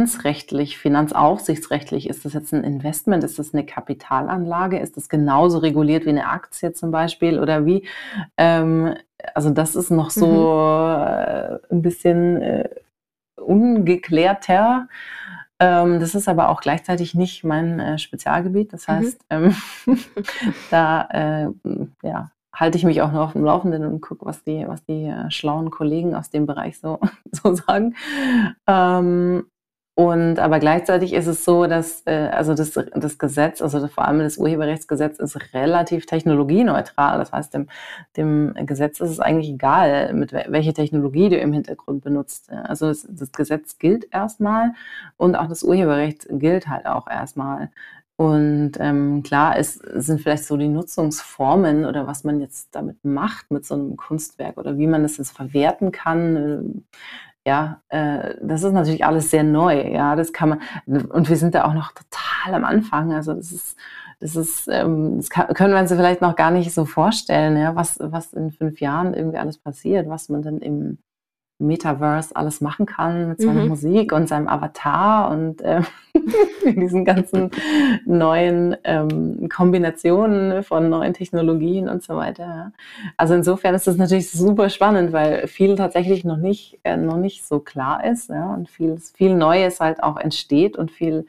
finanzaufsichtsrechtlich, ist das jetzt ein Investment, ist das eine Kapitalanlage, ist das genauso reguliert wie eine Aktie zum Beispiel oder wie? Also das ist noch so ein bisschen ungeklärter. Das ist aber auch gleichzeitig nicht mein Spezialgebiet. Das heißt, da halte ich mich auch nur auf dem Laufenden und gucke, was die schlauen Kollegen aus dem Bereich so sagen. Und aber gleichzeitig ist es so, dass das Gesetz, also vor allem das Urheberrechtsgesetz, ist relativ technologieneutral. Das heißt, dem Gesetz ist es eigentlich egal, welche Technologie du im Hintergrund benutzt. Also das Gesetz gilt erstmal und auch das Urheberrecht gilt halt auch erstmal. Und klar, es sind vielleicht so die Nutzungsformen oder was man jetzt damit macht mit so einem Kunstwerk oder wie man das jetzt verwerten kann. Das ist natürlich alles sehr neu. Ja, das kann man, und wir sind da auch noch total am Anfang. Also das können wir uns vielleicht noch gar nicht so vorstellen, ja, was in 5 Jahren irgendwie alles passiert, was man dann im Metaverse alles machen kann mit seiner Musik und seinem Avatar und diesen ganzen neuen Kombinationen von neuen Technologien und so weiter. Ja. Also insofern ist das natürlich super spannend, weil viel tatsächlich noch nicht so klar ist, ja, und viel Neues halt auch entsteht und viel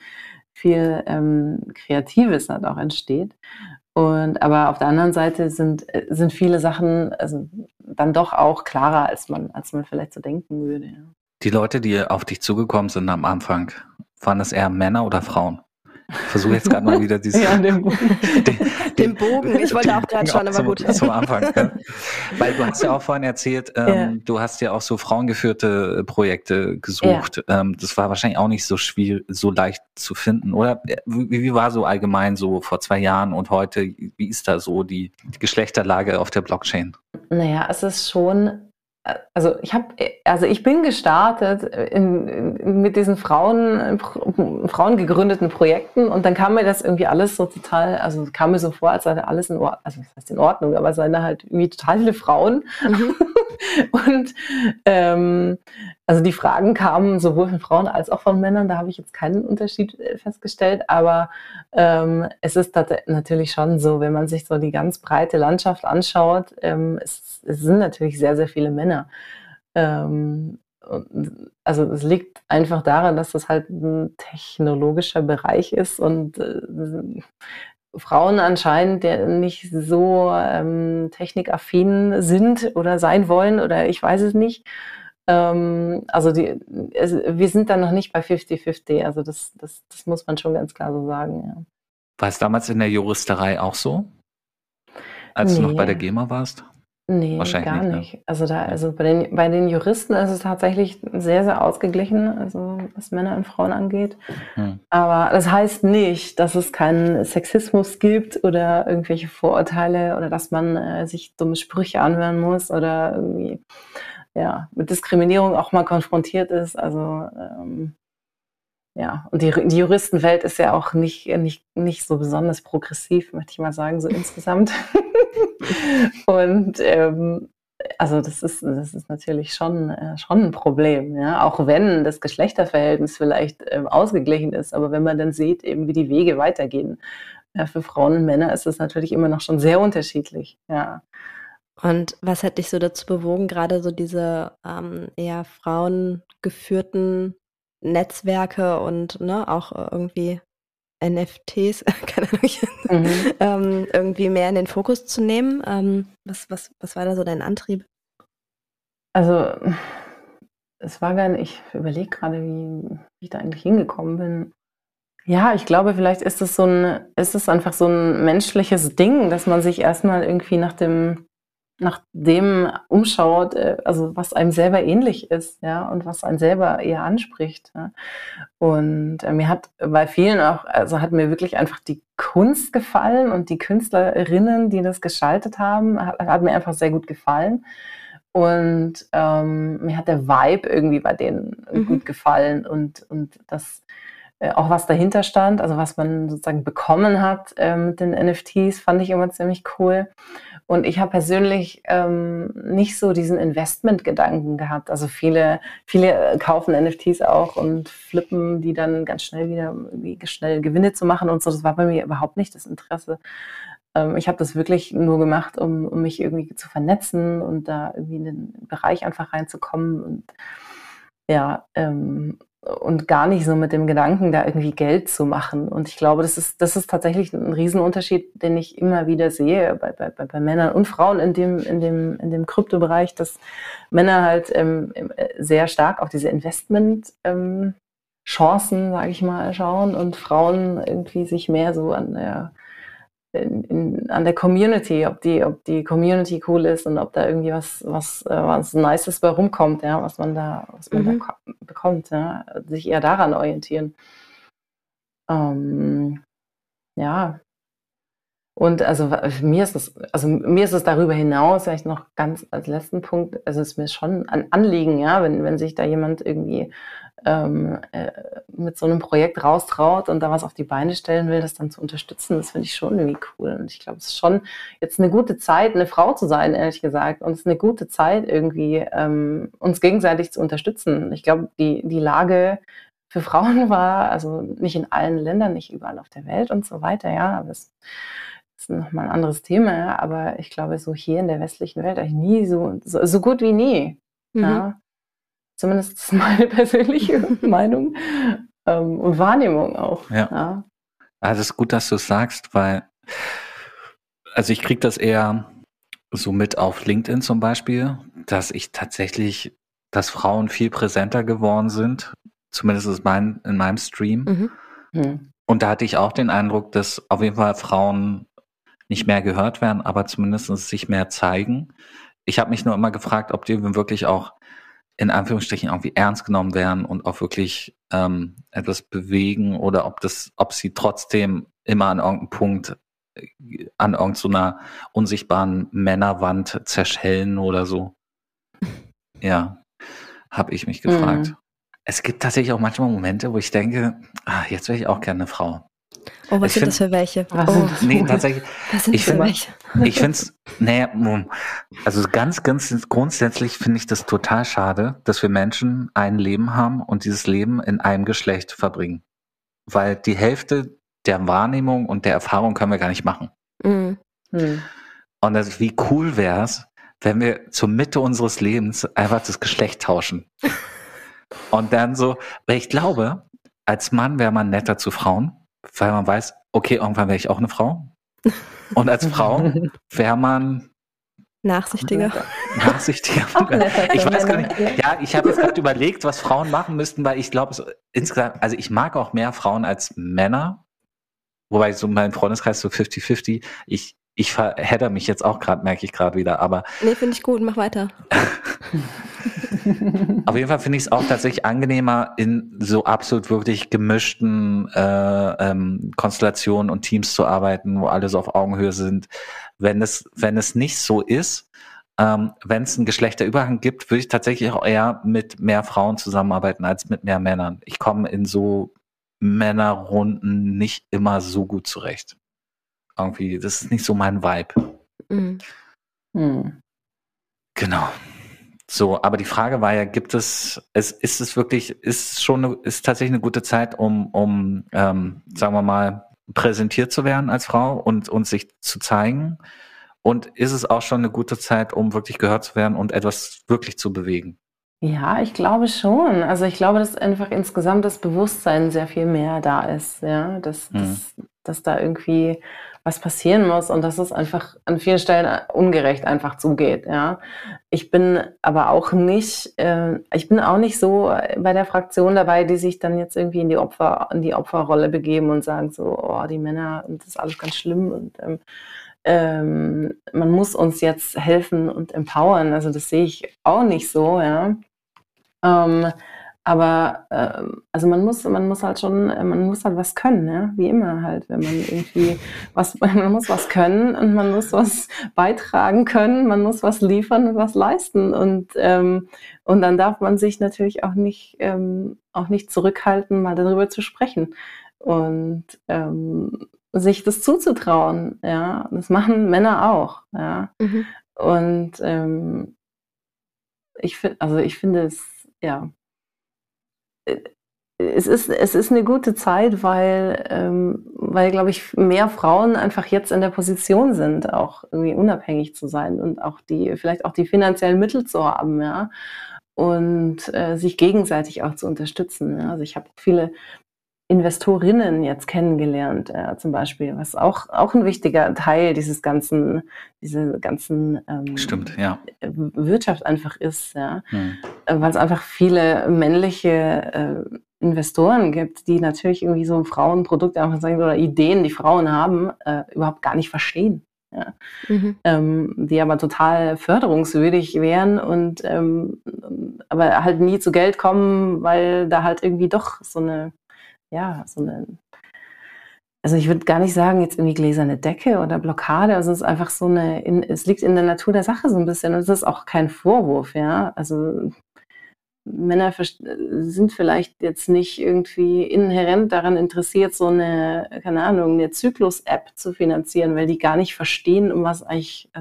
Kreatives halt auch entsteht. Aber auf der anderen Seite sind viele Sachen also dann doch auch klarer, als man vielleicht so denken würde. Ja. Die Leute, die auf dich zugekommen sind am Anfang, waren das eher Männer oder Frauen? Ich versuche jetzt gerade mal wieder dieses... Ja, den Bogen. Den Bogen, ich wollte auch gerade schon, aber gut. Zum Anfang. Ja. Weil du hast ja auch vorhin erzählt, du hast ja auch so frauengeführte Projekte gesucht. Ja. Das war wahrscheinlich auch nicht so schwierig, so leicht zu finden, oder? Wie war so allgemein so vor 2 Jahren und heute, wie ist da so die Geschlechterlage auf der Blockchain? Naja, es ist schon... Also ich bin gestartet mit diesen Frauen gegründeten Projekten und dann kam mir das irgendwie alles so total, also kam mir so vor, als sei da alles in Ordnung, also das heißt in Ordnung, aber es seien da halt irgendwie total viele Frauen. Und also die Fragen kamen sowohl von Frauen als auch von Männern, da habe ich jetzt keinen Unterschied festgestellt, aber es ist natürlich schon so, wenn man sich so die ganz breite Landschaft anschaut, es sind natürlich sehr, sehr viele Männer. Also es liegt einfach daran, dass das halt ein technologischer Bereich ist und Frauen anscheinend nicht so technikaffin sind oder sein wollen oder ich weiß es nicht. Wir sind da noch nicht bei 50-50, also das muss man schon ganz klar so sagen. Ja. War es damals in der Juristerei auch so? Als du noch bei der GEMA warst? Nee, gar nicht. Ne? Also bei den Juristen ist es tatsächlich sehr, sehr ausgeglichen. Also was Männer und Frauen angeht. Hm. Aber das heißt nicht, dass es keinen Sexismus gibt oder irgendwelche Vorurteile oder dass man sich dumme Sprüche anhören muss oder irgendwie mit Diskriminierung auch mal konfrontiert ist. Also und die Juristenwelt ist ja auch nicht so besonders progressiv, möchte ich mal sagen, so insgesamt. Und also das ist natürlich schon ein Problem, ja, auch wenn das Geschlechterverhältnis vielleicht ausgeglichen ist, aber wenn man dann sieht, eben wie die Wege weitergehen für Frauen und Männer, ist es natürlich immer noch schon sehr unterschiedlich, ja. Und was hat dich so dazu bewogen, gerade so diese eher frauengeführten Netzwerke und auch irgendwie NFTs, keine Ahnung, irgendwie mehr in den Fokus zu nehmen? Was war da so dein Antrieb? Also es war ich überlege gerade, wie ich da eigentlich hingekommen bin. Ja, ich glaube, vielleicht ist es einfach so ein menschliches Ding, dass man sich erstmal irgendwie nach dem umschaut, also was einem selber ähnlich ist, ja, und was einen selber eher anspricht. Ja. Und mir hat bei vielen auch, also hat mir wirklich einfach die Kunst gefallen und die Künstlerinnen, die das gestaltet haben, hat mir einfach sehr gut gefallen. Und mir hat der Vibe irgendwie bei denen gut gefallen und das auch was dahinter stand, also was man sozusagen bekommen hat mit den NFTs, fand ich immer ziemlich cool. Und ich habe persönlich nicht so diesen Investment-Gedanken gehabt. Also viele kaufen NFTs auch und flippen die dann ganz schnell wieder, irgendwie schnell Gewinne zu machen und so. Das war bei mir überhaupt nicht das Interesse. Ich habe das wirklich nur gemacht, um mich irgendwie zu vernetzen und da irgendwie in den Bereich einfach reinzukommen und und gar nicht so mit dem Gedanken, da irgendwie Geld zu machen. Und ich glaube, das ist tatsächlich ein Riesenunterschied, den ich immer wieder sehe bei Männern und Frauen in dem Kryptobereich, dass Männer halt sehr stark auf diese Investment Chancen, sage ich mal, schauen und Frauen irgendwie sich mehr so an der Community, ob die Community cool ist und ob da irgendwie was Nices bei rumkommt, ja, was man da bekommt, ja, sich eher daran orientieren. Und also mir ist es darüber hinaus, vielleicht noch ganz als letzten Punkt, also es ist mir schon ein Anliegen, ja, wenn sich da jemand irgendwie mit so einem Projekt raustraut und da was auf die Beine stellen will, das dann zu unterstützen, das finde ich schon irgendwie cool. Und ich glaube, es ist schon jetzt eine gute Zeit, eine Frau zu sein, ehrlich gesagt. Und es ist eine gute Zeit, irgendwie uns gegenseitig zu unterstützen. Ich glaube, die Lage für Frauen war, also nicht in allen Ländern, nicht überall auf der Welt und so weiter, ja, aber es ist nochmal ein anderes Thema, ja, aber ich glaube, so hier in der westlichen Welt eigentlich nie so gut wie nie. Ja. Zumindest ist meine persönliche Meinung und Wahrnehmung auch. Ja. Also es ist gut, dass du es sagst, weil also ich kriege das eher so mit auf LinkedIn zum Beispiel, dass Frauen viel präsenter geworden sind, zumindest in meinem Stream. Und da hatte ich auch den Eindruck, dass auf jeden Fall Frauen nicht mehr gehört werden, aber zumindest sich mehr zeigen. Ich habe mich nur immer gefragt, ob die wirklich auch in Anführungsstrichen irgendwie ernst genommen werden und auch wirklich etwas bewegen oder ob sie trotzdem immer an irgendeinem Punkt an irgendeiner unsichtbaren Männerwand zerschellen oder so. Ja, habe ich mich gefragt. Es gibt tatsächlich auch manchmal Momente, wo ich denke, jetzt wäre ich auch gerne eine Frau. Oh, was sind das für welche? Nee, tatsächlich. Was sind das für welche? Ich finde es, also ganz grundsätzlich finde ich das total schade, dass wir Menschen ein Leben haben und dieses Leben in einem Geschlecht verbringen. Weil die Hälfte der Wahrnehmung und der Erfahrung können wir gar nicht machen. Und wie cool wäre es, wenn wir zur Mitte unseres Lebens einfach das Geschlecht tauschen. Und dann so, weil ich glaube, als Mann wäre man netter zu Frauen, weil man weiß, okay, irgendwann wäre ich auch eine Frau. Und als Frau wäre man nachsichtiger. Ich weiß gar nicht. Ja, ich habe jetzt gerade überlegt, was Frauen machen müssten, weil ich glaube, insgesamt, also ich mag auch mehr Frauen als Männer. Wobei so mein Freundeskreis so 50-50. Ich verhedder mich jetzt auch gerade, merke ich gerade wieder. Aber nee, finde ich gut, mach weiter. Auf jeden Fall finde ich es auch tatsächlich angenehmer, in so absolut wirklich gemischten Konstellationen und Teams zu arbeiten, wo alle so auf Augenhöhe sind. Wenn es nicht so ist, wenn es einen Geschlechterüberhang gibt, würde ich tatsächlich auch eher mit mehr Frauen zusammenarbeiten als mit mehr Männern. Ich komme in so Männerrunden nicht immer so gut zurecht. Irgendwie, das ist nicht so mein Vibe. Mhm. Genau. So, aber die Frage war ja, ist tatsächlich eine gute Zeit, um sagen wir mal, präsentiert zu werden als Frau und sich zu zeigen? Und ist es auch schon eine gute Zeit, um wirklich gehört zu werden und etwas wirklich zu bewegen? Ja, ich glaube schon. Also ich glaube, dass einfach insgesamt das Bewusstsein sehr viel mehr da ist, ja, dass da irgendwie was passieren muss und dass es einfach an vielen Stellen ungerecht einfach zugeht, ja. Ich bin aber auch nicht, ich bin auch nicht so bei der Fraktion dabei, die sich dann jetzt irgendwie in die Opferrolle begeben und sagen so, oh, die Männer, das ist alles ganz schlimm und man muss uns jetzt helfen und empowern. Also das sehe ich auch nicht so, ja. Aber also man muss halt was können, ja, wie immer halt, wenn man irgendwie man muss was können und man muss was beitragen können, man muss was liefern und was leisten und dann darf man sich natürlich auch nicht zurückhalten, mal darüber zu sprechen und sich das zuzutrauen, ja, das machen Männer auch, ja, und ich finde es, ja, es ist eine gute Zeit, weil, glaube ich, mehr Frauen einfach jetzt in der Position sind, auch irgendwie unabhängig zu sein und auch vielleicht auch die finanziellen Mittel zu haben, ja, und sich gegenseitig auch zu unterstützen. Ja. Also ich habe viele Investorinnen jetzt kennengelernt, zum Beispiel, was auch ein wichtiger Teil diese ganzen Stimmt, ja. Wirtschaft einfach ist, ja. Weil es einfach viele männliche Investoren gibt, die natürlich irgendwie so ein Frauenprodukt einfach sagen oder Ideen, die Frauen haben, überhaupt gar nicht verstehen. Ja. Die aber total förderungswürdig wären und aber halt nie zu Geld kommen, weil da halt irgendwie doch also ich würde gar nicht sagen, jetzt irgendwie gläserne Decke oder Blockade, also es ist einfach es liegt in der Natur der Sache so ein bisschen und es ist auch kein Vorwurf, ja, also Männer sind vielleicht jetzt nicht irgendwie inhärent daran interessiert, so eine Zyklus-App zu finanzieren, weil die gar nicht verstehen, was da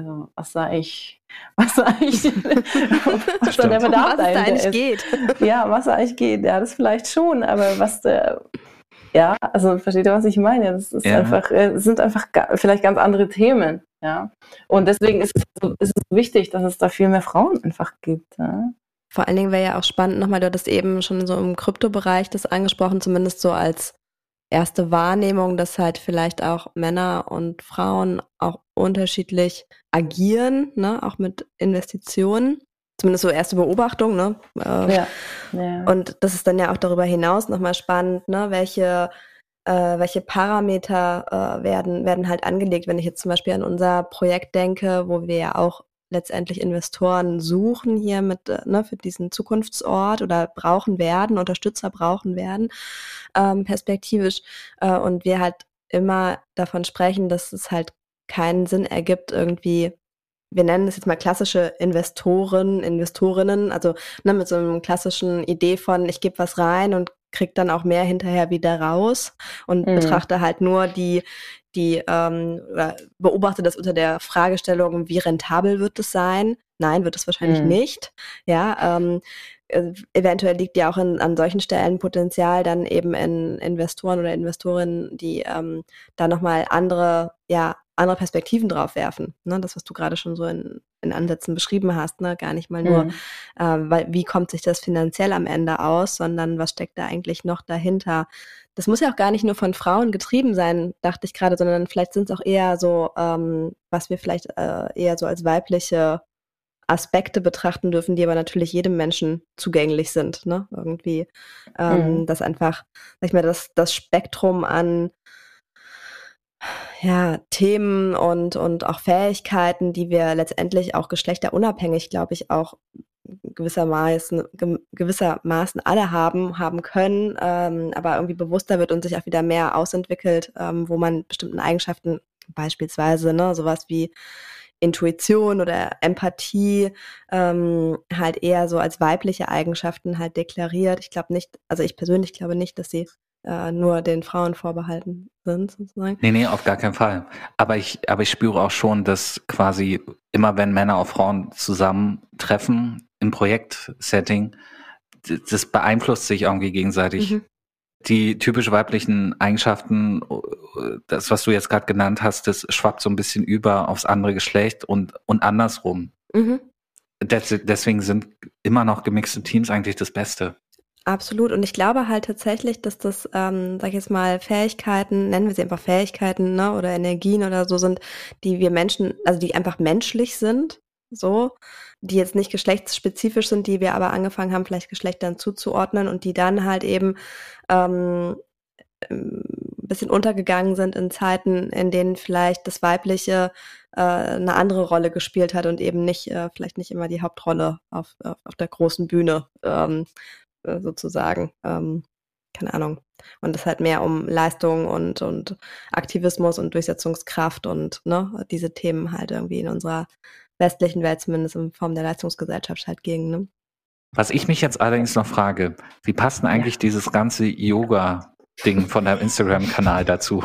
der Bedarf dahinter ist. Ja, was da eigentlich geht. Ja, das vielleicht schon, aber ja, also versteht ihr, was ich meine? Das ist einfach, es sind einfach vielleicht ganz andere Themen, ja. Und deswegen ist es wichtig, dass es da viel mehr Frauen einfach gibt, ja. Vor allen Dingen wäre ja auch spannend, nochmal, du hattest eben schon so im Kryptobereich das angesprochen, zumindest so als erste Wahrnehmung, dass halt vielleicht auch Männer und Frauen auch unterschiedlich agieren, ne, auch mit Investitionen. Zumindest so erste Beobachtung, ne? Ja. Und das ist dann ja auch darüber hinaus nochmal spannend, ne, welche Parameter werden halt angelegt, wenn ich jetzt zum Beispiel an unser Projekt denke, wo wir ja auch letztendlich Investoren suchen hier für diesen Zukunftsort oder Unterstützer brauchen werden, perspektivisch. Und wir halt immer davon sprechen, dass es halt keinen Sinn ergibt, irgendwie, wir nennen es jetzt mal klassische Investorinnen, also mit so einem klassischen Idee von, ich gebe was rein und krieg dann auch mehr hinterher wieder raus und betrachte halt nur oder beobachte das unter der Fragestellung, wie rentabel wird es sein? Nein, wird es wahrscheinlich nicht. Ja, eventuell liegt ja auch an solchen Stellen Potenzial dann eben in Investoren oder Investorinnen, die da nochmal andere Perspektiven drauf werfen. Ne? Das, was du gerade schon so in Ansätzen beschrieben hast, ne? Gar nicht mal nur, wie kommt sich das finanziell am Ende aus, sondern was steckt da eigentlich noch dahinter? Das muss ja auch gar nicht nur von Frauen getrieben sein, dachte ich gerade, sondern vielleicht sind es auch eher so, was wir vielleicht eher so als weibliche Aspekte betrachten dürfen, die aber natürlich jedem Menschen zugänglich sind, ne? Irgendwie, dass einfach, sag ich mal, das Spektrum an Themen und auch Fähigkeiten, die wir letztendlich auch geschlechterunabhängig, glaube ich, auch gewissermaßen alle haben können, aber irgendwie bewusster wird und sich auch wieder mehr ausentwickelt, wo man bestimmten Eigenschaften, beispielsweise sowas wie Intuition oder Empathie halt eher so als weibliche Eigenschaften halt deklariert. Ich glaube nicht, also ich persönlich glaube nicht, dass sie nur den Frauen vorbehalten sind, sozusagen. Nee, auf gar keinen Fall. Aber ich spüre auch schon, dass quasi immer, wenn Männer auf Frauen zusammentreffen im Projektsetting, das beeinflusst sich irgendwie gegenseitig. Mhm. Die typisch weiblichen Eigenschaften, das, was du jetzt gerade genannt hast, das schwappt so ein bisschen über aufs andere Geschlecht und andersrum. Mhm. Deswegen sind immer noch gemixte Teams eigentlich das Beste. Absolut. Und ich glaube halt tatsächlich, dass das, sag ich jetzt mal, Fähigkeiten, nennen wir sie einfach Fähigkeiten, oder Energien oder so sind, die wir Menschen, also die einfach menschlich sind, so, die jetzt nicht geschlechtsspezifisch sind, die wir aber angefangen haben, vielleicht Geschlechtern zuzuordnen und die dann halt eben ein bisschen untergegangen sind in Zeiten, in denen vielleicht das Weibliche eine andere Rolle gespielt hat und eben nicht, vielleicht nicht immer die Hauptrolle auf der großen Bühne sozusagen. Keine Ahnung. Und es halt mehr um Leistung und Aktivismus und Durchsetzungskraft und diese Themen halt irgendwie in unserer westlichen Welt, zumindest in Form der Leistungsgesellschaft halt ging. Ne? Was ich mich jetzt allerdings noch frage, wie passt denn eigentlich dieses ganze Yoga-Ding von deinem Instagram-Kanal dazu?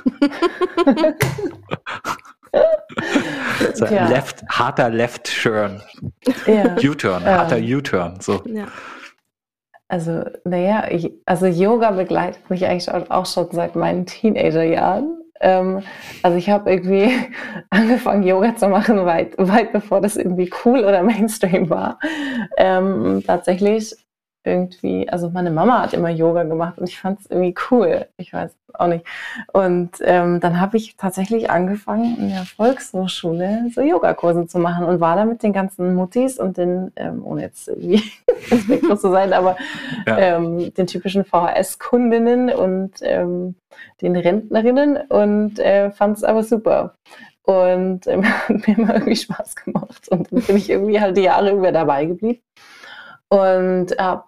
So, harter Left-Turn. Ja. U-Turn, harter U-Turn. So. Ja. Also, also Yoga begleitet mich eigentlich auch schon seit meinen Teenagerjahren. Also ich habe irgendwie angefangen, Yoga zu machen, weit bevor das irgendwie cool oder Mainstream war. Tatsächlich irgendwie, also meine Mama hat immer Yoga gemacht und ich fand es irgendwie cool. Ich weiß auch nicht. Und dann habe ich tatsächlich angefangen, in der Volkshochschule so Yogakurse zu machen und war da mit den ganzen Muttis und den, ohne jetzt irgendwie respektlos zu sein, aber den typischen VHS-Kundinnen und den Rentnerinnen und fand es aber super. Und hat mir immer irgendwie Spaß gemacht. Und dann bin ich irgendwie halt die Jahre über dabei geblieben. Und hab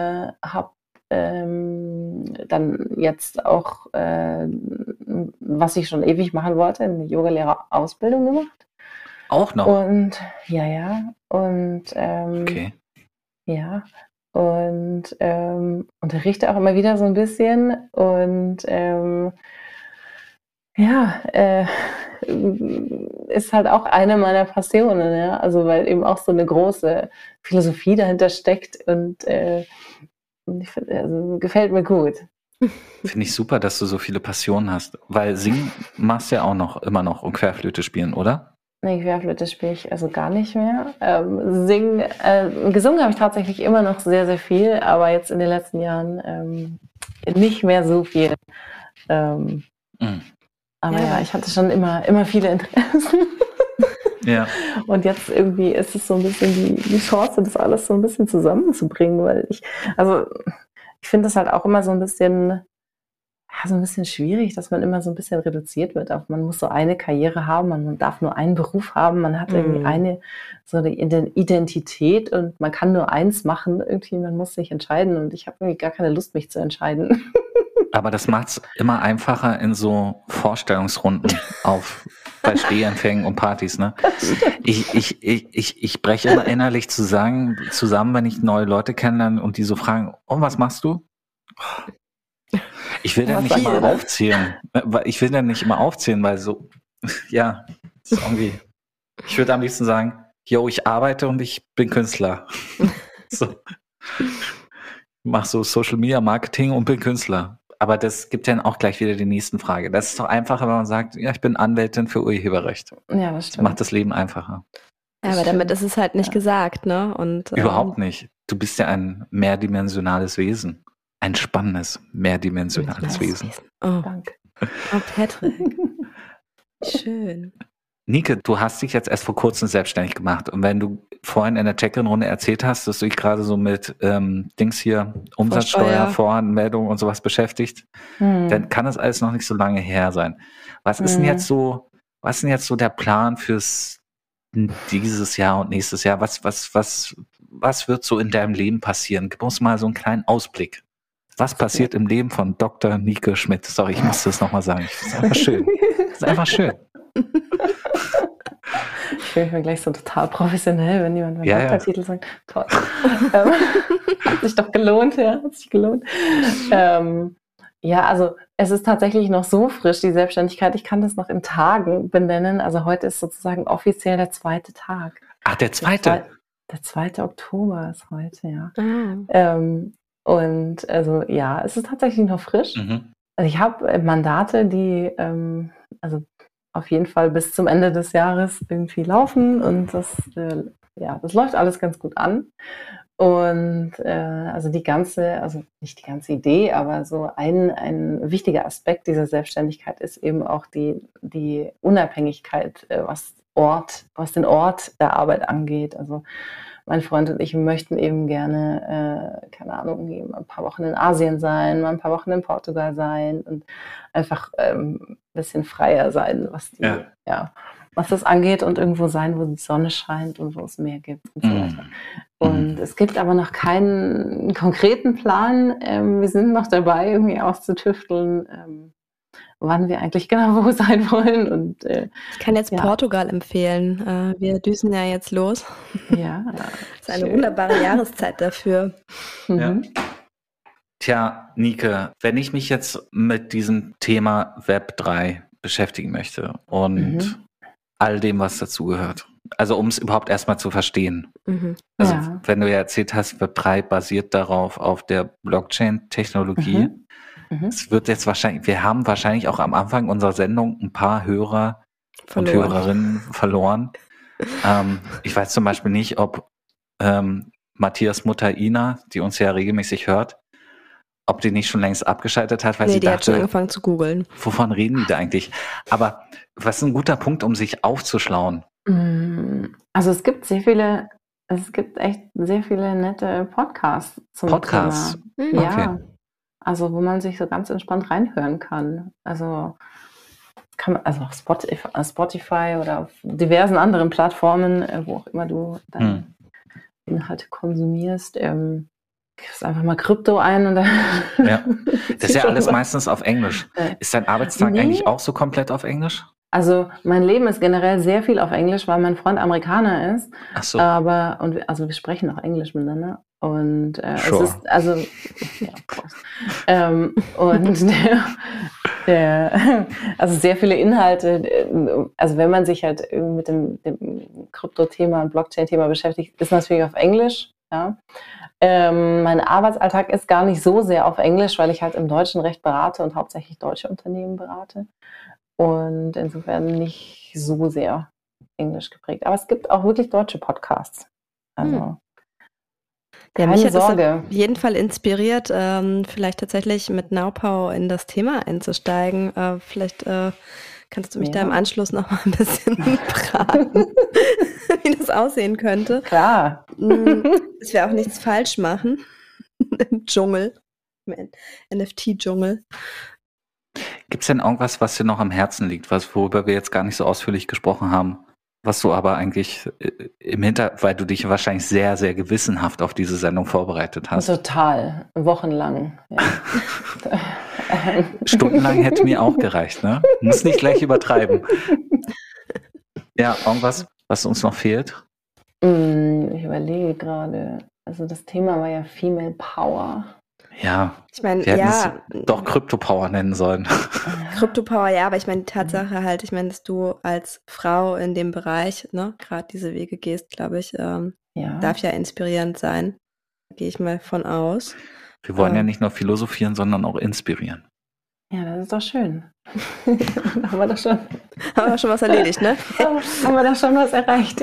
dann jetzt auch, was ich schon ewig machen wollte, eine Yogalehrerausbildung gemacht. Auch noch? Und ja. Und okay. Ja. Und unterrichte auch immer wieder so ein bisschen. Und ist halt auch eine meiner Passionen, ja. Also weil eben auch so eine große Philosophie dahinter steckt und ich find, also, gefällt mir gut. Finde ich super, dass du so viele Passionen hast, weil singen machst du ja auch immer noch und Querflöte spielen, oder? Nee, Querflöte spiele ich also gar nicht mehr. Gesungen habe ich tatsächlich immer noch sehr, sehr viel, aber jetzt in den letzten Jahren nicht mehr so viel. Aber ja, ich hatte schon immer viele Interessen. Ja. Und jetzt irgendwie ist es so ein bisschen die Chance, das alles so ein bisschen zusammenzubringen, weil ich finde das halt auch immer so ein bisschen schwierig, dass man immer so ein bisschen reduziert wird. Man muss so eine Karriere haben, man darf nur einen Beruf haben, man hat irgendwie eine Identität und man kann nur eins machen, irgendwie, man muss sich entscheiden und ich habe irgendwie gar keine Lust, mich zu entscheiden. Aber das macht es immer einfacher in so Vorstellungsrunden bei Stehempfängen und Partys, ne? Ich breche immer innerlich zusammen, wenn ich neue Leute kennenlerne und die so fragen, was machst du? Ich will dann nicht immer aufzählen. Ich will dann nicht immer aufzählen, weil so, ja, ist irgendwie, ich würde am liebsten sagen, ich arbeite und ich bin Künstler. So. Mach so Social Media Marketing und bin Künstler. Aber das gibt dann auch gleich wieder die nächsten Frage. Das ist doch einfacher, wenn man sagt, ja, ich bin Anwältin für Urheberrecht. Ja, das stimmt. Das macht das Leben einfacher. Ja, aber damit ist es halt nicht gesagt, ne? Und, überhaupt nicht. Du bist ja ein mehrdimensionales Wesen. Ein spannendes, mehrdimensionales Wesen. Oh, danke. Oh, Patrick. Schön. Nike, du hast dich jetzt erst vor kurzem selbstständig gemacht. Und wenn du vorhin in der Check-in-Runde erzählt hast, dass du dich gerade so mit Dings hier, Umsatzsteuer, Voranmeldung und sowas beschäftigt, dann kann das alles noch nicht so lange her sein. Was ist denn jetzt so der Plan fürs dieses Jahr und nächstes Jahr? Was wird so in deinem Leben passieren? Gib uns mal so einen kleinen Ausblick. Was passiert im Leben von Dr. Nike Schmidt? Sorry, ich musste es nochmal sagen. Das ist einfach schön. Das ist einfach schön. Ich fühle mich gleich so total professionell, wenn jemand meinen Doktortitel sagt. Toll. Hat sich doch gelohnt, ja. Hat sich gelohnt. Ja, also es ist tatsächlich noch so frisch, die Selbstständigkeit. Ich kann das noch in Tagen benennen. Also heute ist sozusagen offiziell der 2. Tag. Ach, der 2.? Der 2. Oktober ist heute, ja. Ah. Und also ja, es ist tatsächlich noch frisch. Mhm. Also ich habe Mandate, die also auf jeden Fall bis zum Ende des Jahres irgendwie laufen und das läuft alles ganz gut an. Und also also nicht die ganze Idee, aber so ein wichtiger Aspekt dieser Selbstständigkeit ist eben auch die Unabhängigkeit, was den Ort der Arbeit angeht. Also mein Freund und ich möchten eben gerne, keine Ahnung, eben ein paar Wochen in Asien sein, mal ein paar Wochen in Portugal sein und einfach ein bisschen freier sein, was das angeht und irgendwo sein, wo die Sonne scheint und wo es Meer gibt und so weiter. Und es gibt aber noch keinen konkreten Plan. Wir sind noch dabei, irgendwie auszutüfteln, wann wir eigentlich genau wo sein wollen. Und, ich kann jetzt Portugal empfehlen. Wir düsen ja jetzt los. Ja. Das ist eine wunderbare Jahreszeit dafür. Ja. Tja, Nike, wenn ich mich jetzt mit diesem Thema Web 3 beschäftigen möchte und all dem, was dazugehört, also um es überhaupt erstmal zu verstehen. Also wenn du ja erzählt hast, Web 3 basiert darauf auf der Blockchain-Technologie. Es wird jetzt wir haben wahrscheinlich auch am Anfang unserer Sendung ein paar Hörer und Hörerinnen verloren. Ich weiß zum Beispiel nicht, ob Matthias Mutter Ina, die uns ja regelmäßig hört, ob die nicht schon längst abgeschaltet hat, weil sie die hat schon dachte, angefangen zu googeln. wovon reden die da eigentlich? Aber was ist ein guter Punkt, um sich aufzuschlauen? Also es gibt echt sehr viele nette Podcasts zum Thema. Ja, Okay. also wo man sich so ganz entspannt reinhören kann. Also auf Spotify oder auf diversen anderen Plattformen, wo auch immer du deine Inhalte konsumierst, gibst einfach mal Krypto ein und dann Ja. Das ist ja alles meistens auf Englisch. Ist dein Arbeitstag eigentlich auch so komplett auf Englisch? Also mein Leben ist generell sehr viel auf Englisch, weil mein Freund Amerikaner ist. Ach so. Wir sprechen auch Englisch miteinander. Und Sure. es ist, also, ja, of course. Und also sehr viele Inhalte, also wenn man sich halt mit dem Krypto-Thema und Blockchain-Thema beschäftigt, ist natürlich auf Englisch, ja. Mein Arbeitsalltag ist gar nicht so sehr auf Englisch, weil ich halt im deutschen Recht berate und hauptsächlich deutsche Unternehmen berate. Und insofern nicht so sehr Englisch geprägt. Aber es gibt auch wirklich deutsche Podcasts. Also keine mich hat Sorge. das auf jeden Fall inspiriert, vielleicht tatsächlich mit Naupau in das Thema einzusteigen. Vielleicht kannst du mich da im Anschluss noch mal ein bisschen fragen, wie das aussehen könnte. Klar. Dass wir auch nichts falsch machen im Dschungel, im NFT-Dschungel. Gibt es denn irgendwas, was dir noch am Herzen liegt, worüber wir jetzt gar nicht so ausführlich gesprochen haben, was du aber eigentlich weil du dich wahrscheinlich sehr, sehr gewissenhaft auf diese Sendung vorbereitet hast? Total. Wochenlang. Ja. Stundenlang hätte mir auch gereicht, ne? Muss nicht gleich übertreiben. Ja, irgendwas, was uns noch fehlt? Ich überlege gerade. Also das Thema war ja Female Power. Ja, ich meine, wir hätten es doch Krypto-Power nennen sollen. Krypto-Power, ja, aber ich meine, die Tatsache halt, dass du als Frau in dem Bereich, ne, gerade diese Wege gehst, glaube ich, darf ja inspirierend sein. Gehe ich mal von aus. Wir wollen ja nicht nur philosophieren, sondern auch inspirieren. Ja, das ist doch schön. Haben wir schon was erledigt, ne? Haben wir da schon was erreicht.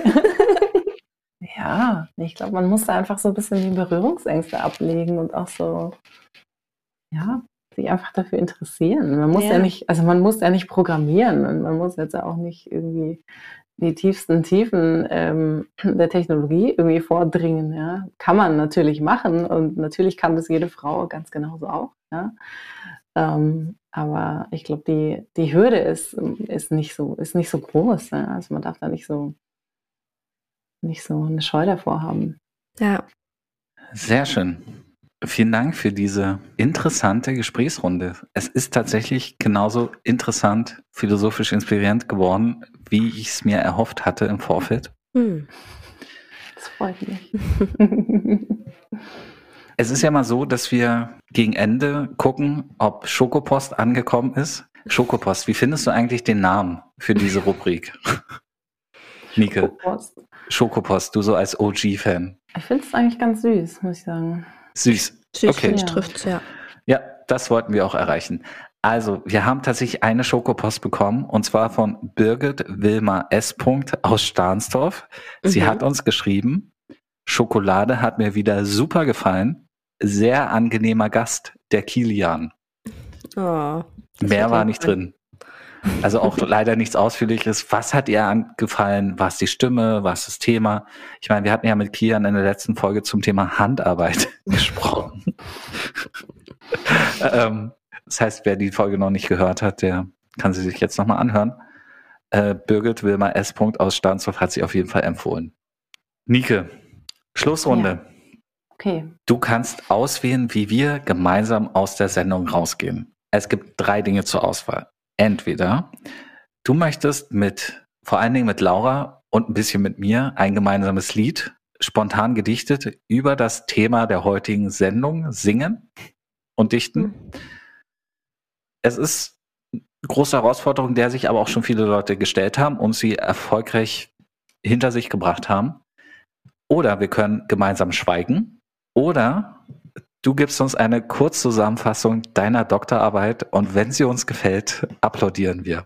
Ja, ich glaube, man muss da einfach so ein bisschen die Berührungsängste ablegen und auch so, ja, sich einfach dafür interessieren. Man muss man muss ja nicht programmieren und man muss jetzt auch nicht irgendwie die tiefsten Tiefen der Technologie irgendwie vordringen. Ja. Kann man natürlich machen und natürlich kann das jede Frau ganz genauso auch. Ja. Aber ich glaube, die Hürde ist nicht so groß. Ja. Also man darf da nicht so nicht so eine Scheu davor haben. Ja. Sehr schön. Vielen Dank für diese interessante Gesprächsrunde. Es ist tatsächlich genauso interessant, philosophisch inspirierend geworden, wie ich es mir erhofft hatte im Vorfeld. Das freut mich. Es ist ja mal so, dass wir gegen Ende gucken, ob Schokopost angekommen ist. Schokopost, wie findest du eigentlich den Namen für diese Rubrik? Nike, Schokopost, du so als OG-Fan. Ich finde es eigentlich ganz süß, muss ich sagen. Süß. Okay. Süß trifft's, ja. Ja, das wollten wir auch erreichen. Also, wir haben tatsächlich eine Schokopost bekommen, und zwar von Birgit Wilma S. aus Stahnsdorf. Sie hat uns geschrieben, Schokolade hat mir wieder super gefallen. Sehr angenehmer Gast, der Kilian. Oh, Mehr war nicht drin. Also auch leider nichts Ausführliches. Was hat ihr angefallen? War es die Stimme? War es das Thema? Ich meine, wir hatten ja mit Kilian in der letzten Folge zum Thema Handarbeit gesprochen. Das heißt, wer die Folge noch nicht gehört hat, der kann sie sich jetzt nochmal anhören. Birgit Wilma S. aus Stahnsdorf hat sie auf jeden Fall empfohlen. Nike, Schlussrunde. Ja. Okay. Du kannst auswählen, wie wir gemeinsam aus der Sendung rausgehen. Es gibt 3 Dinge zur Auswahl. Entweder du möchtest vor allen Dingen mit Laura und ein bisschen mit mir ein gemeinsames Lied, spontan gedichtet, über das Thema der heutigen Sendung singen und dichten. Es ist eine große Herausforderung, der sich aber auch schon viele Leute gestellt haben und sie erfolgreich hinter sich gebracht haben. Oder wir können gemeinsam schweigen. Oder du gibst uns eine Kurzzusammenfassung deiner Doktorarbeit und wenn sie uns gefällt, applaudieren wir.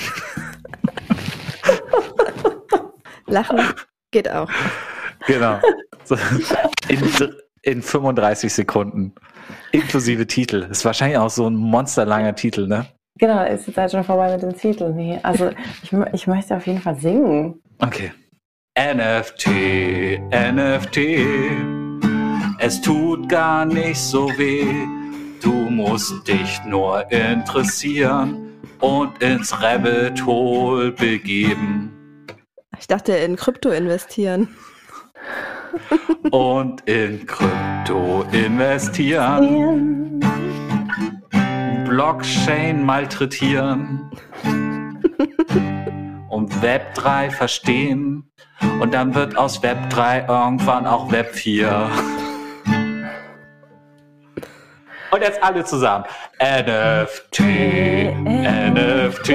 Lachen geht auch. Genau. So, in 35 Sekunden. Inklusive Titel. Ist wahrscheinlich auch so ein monsterlanger Titel, ne? Genau, ist jetzt halt schon vorbei mit dem Titel. Nee, also ich möchte auf jeden Fall singen. Okay. NFT, NFT. Es tut gar nicht so weh, du musst dich nur interessieren und ins Rabbit Hole begeben. Ich dachte, in Krypto investieren. Und in Krypto investieren, Blockchain malträtieren und Web 3 verstehen und dann wird aus Web 3 irgendwann auch Web 4. Und jetzt alle zusammen. NFT, NFT.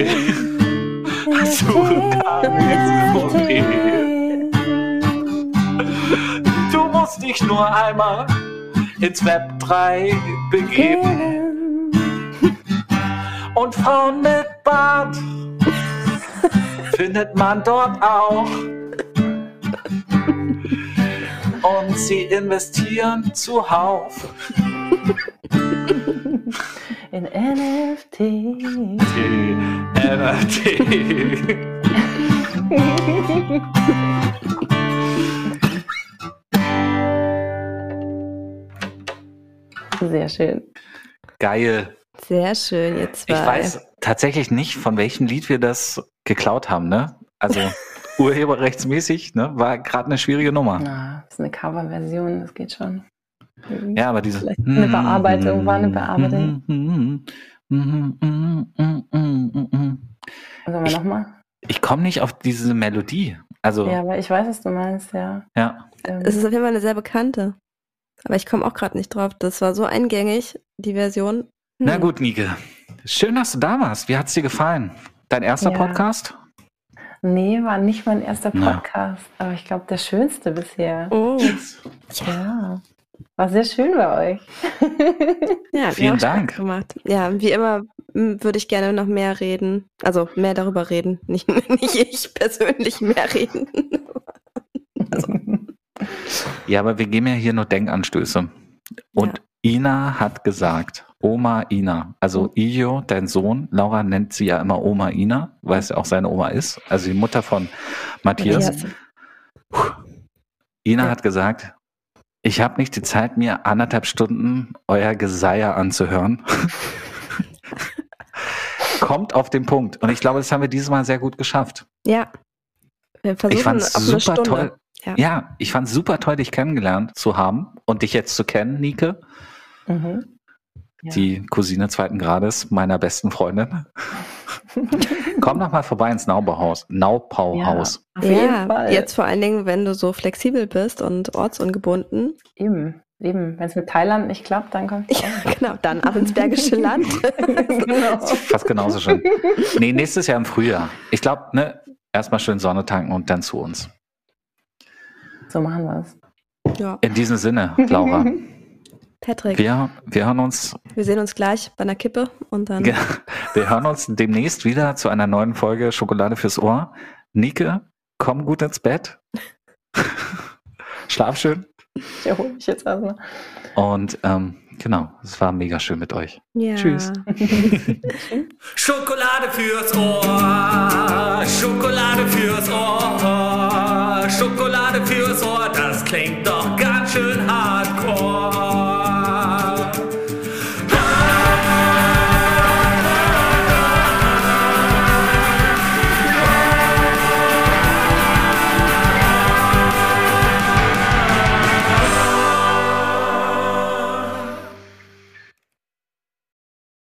Hast du gar nichts Problem. Du musst dich nur einmal ins Web 3 begeben. Und Frauen mit Bart findet man dort auch. Und sie investieren zuhauf. In NFT. NFT. Sehr schön. Geil. Sehr schön, ihr zwei. Ich weiß tatsächlich nicht, von welchem Lied wir das geklaut haben, ne? Also urheberrechtsmäßig, ne? War gerade eine schwierige Nummer. Na, das ist eine Coverversion, das geht schon. Ja, aber diese... Vielleicht eine Bearbeitung, war eine Bearbeitung. Sollen wir nochmal? Ich komme nicht auf diese Melodie. Also, Ja, aber ich weiß, was du meinst, ja. ja. Es ist auf jeden Fall eine sehr bekannte. Aber ich komme auch gerade nicht drauf. Das war so eingängig, die Version. Na gut, Nike. Schön, dass du da warst. Wie hat's dir gefallen? Dein erster Ja. Podcast? Nee, war nicht mein erster Na. Podcast, aber ich glaube, der schönste bisher. Oh, Ja. War sehr schön bei euch. ja, Vielen mir auch Spaß Dank. gemacht. Ja, wie immer würde ich gerne noch mehr reden. Also mehr darüber reden. Nicht ich persönlich mehr reden. Ja, aber wir geben ja hier nur Denkanstöße. Und Ina hat gesagt, Oma Ina, also Io, dein Sohn, Laura nennt sie ja immer Oma Ina, weil es ja auch seine Oma ist, also die Mutter von Matthias. Ina hat gesagt, ich habe nicht die Zeit, mir 1,5 Stunden euer Geseier anzuhören. Kommt auf den Punkt. Und ich glaube, das haben wir dieses Mal sehr gut geschafft. Ja, Wir Ich versuchen fand's auf eine super Stunde. toll. Ja. Ja, ich fand super toll, dich kennengelernt zu haben und dich jetzt zu kennen, Nike, Mhm. Ja. die Cousine zweiten Grades meiner besten Freundin. Komm noch mal vorbei ins Naupauhaus. Naupauhaus. Auf jeden Ja, Fall. jetzt vor allen Dingen, wenn du so flexibel bist und ortsungebunden. Eben. Wenn es mit Thailand nicht klappt, dann kommst du Ja, genau, dann ab ins Bergische Land. Genau. Fast genauso schön. Nee, nächstes Jahr im Frühjahr. Ich glaube, ne, erstmal schön Sonne tanken und dann zu uns. So machen wir es. Ja, In diesem Sinne, Laura, Patrick, wir hören uns wir sehen uns gleich bei einer Kippe und dann. wir hören uns demnächst wieder zu einer neuen Folge Schokolade fürs Ohr. Nike, komm gut ins Bett. Schlaf schön. Ich erhole mich jetzt erstmal. Und genau, es war mega schön mit euch. Ja. Tschüss. Schokolade fürs Ohr, Schokolade fürs Ohr.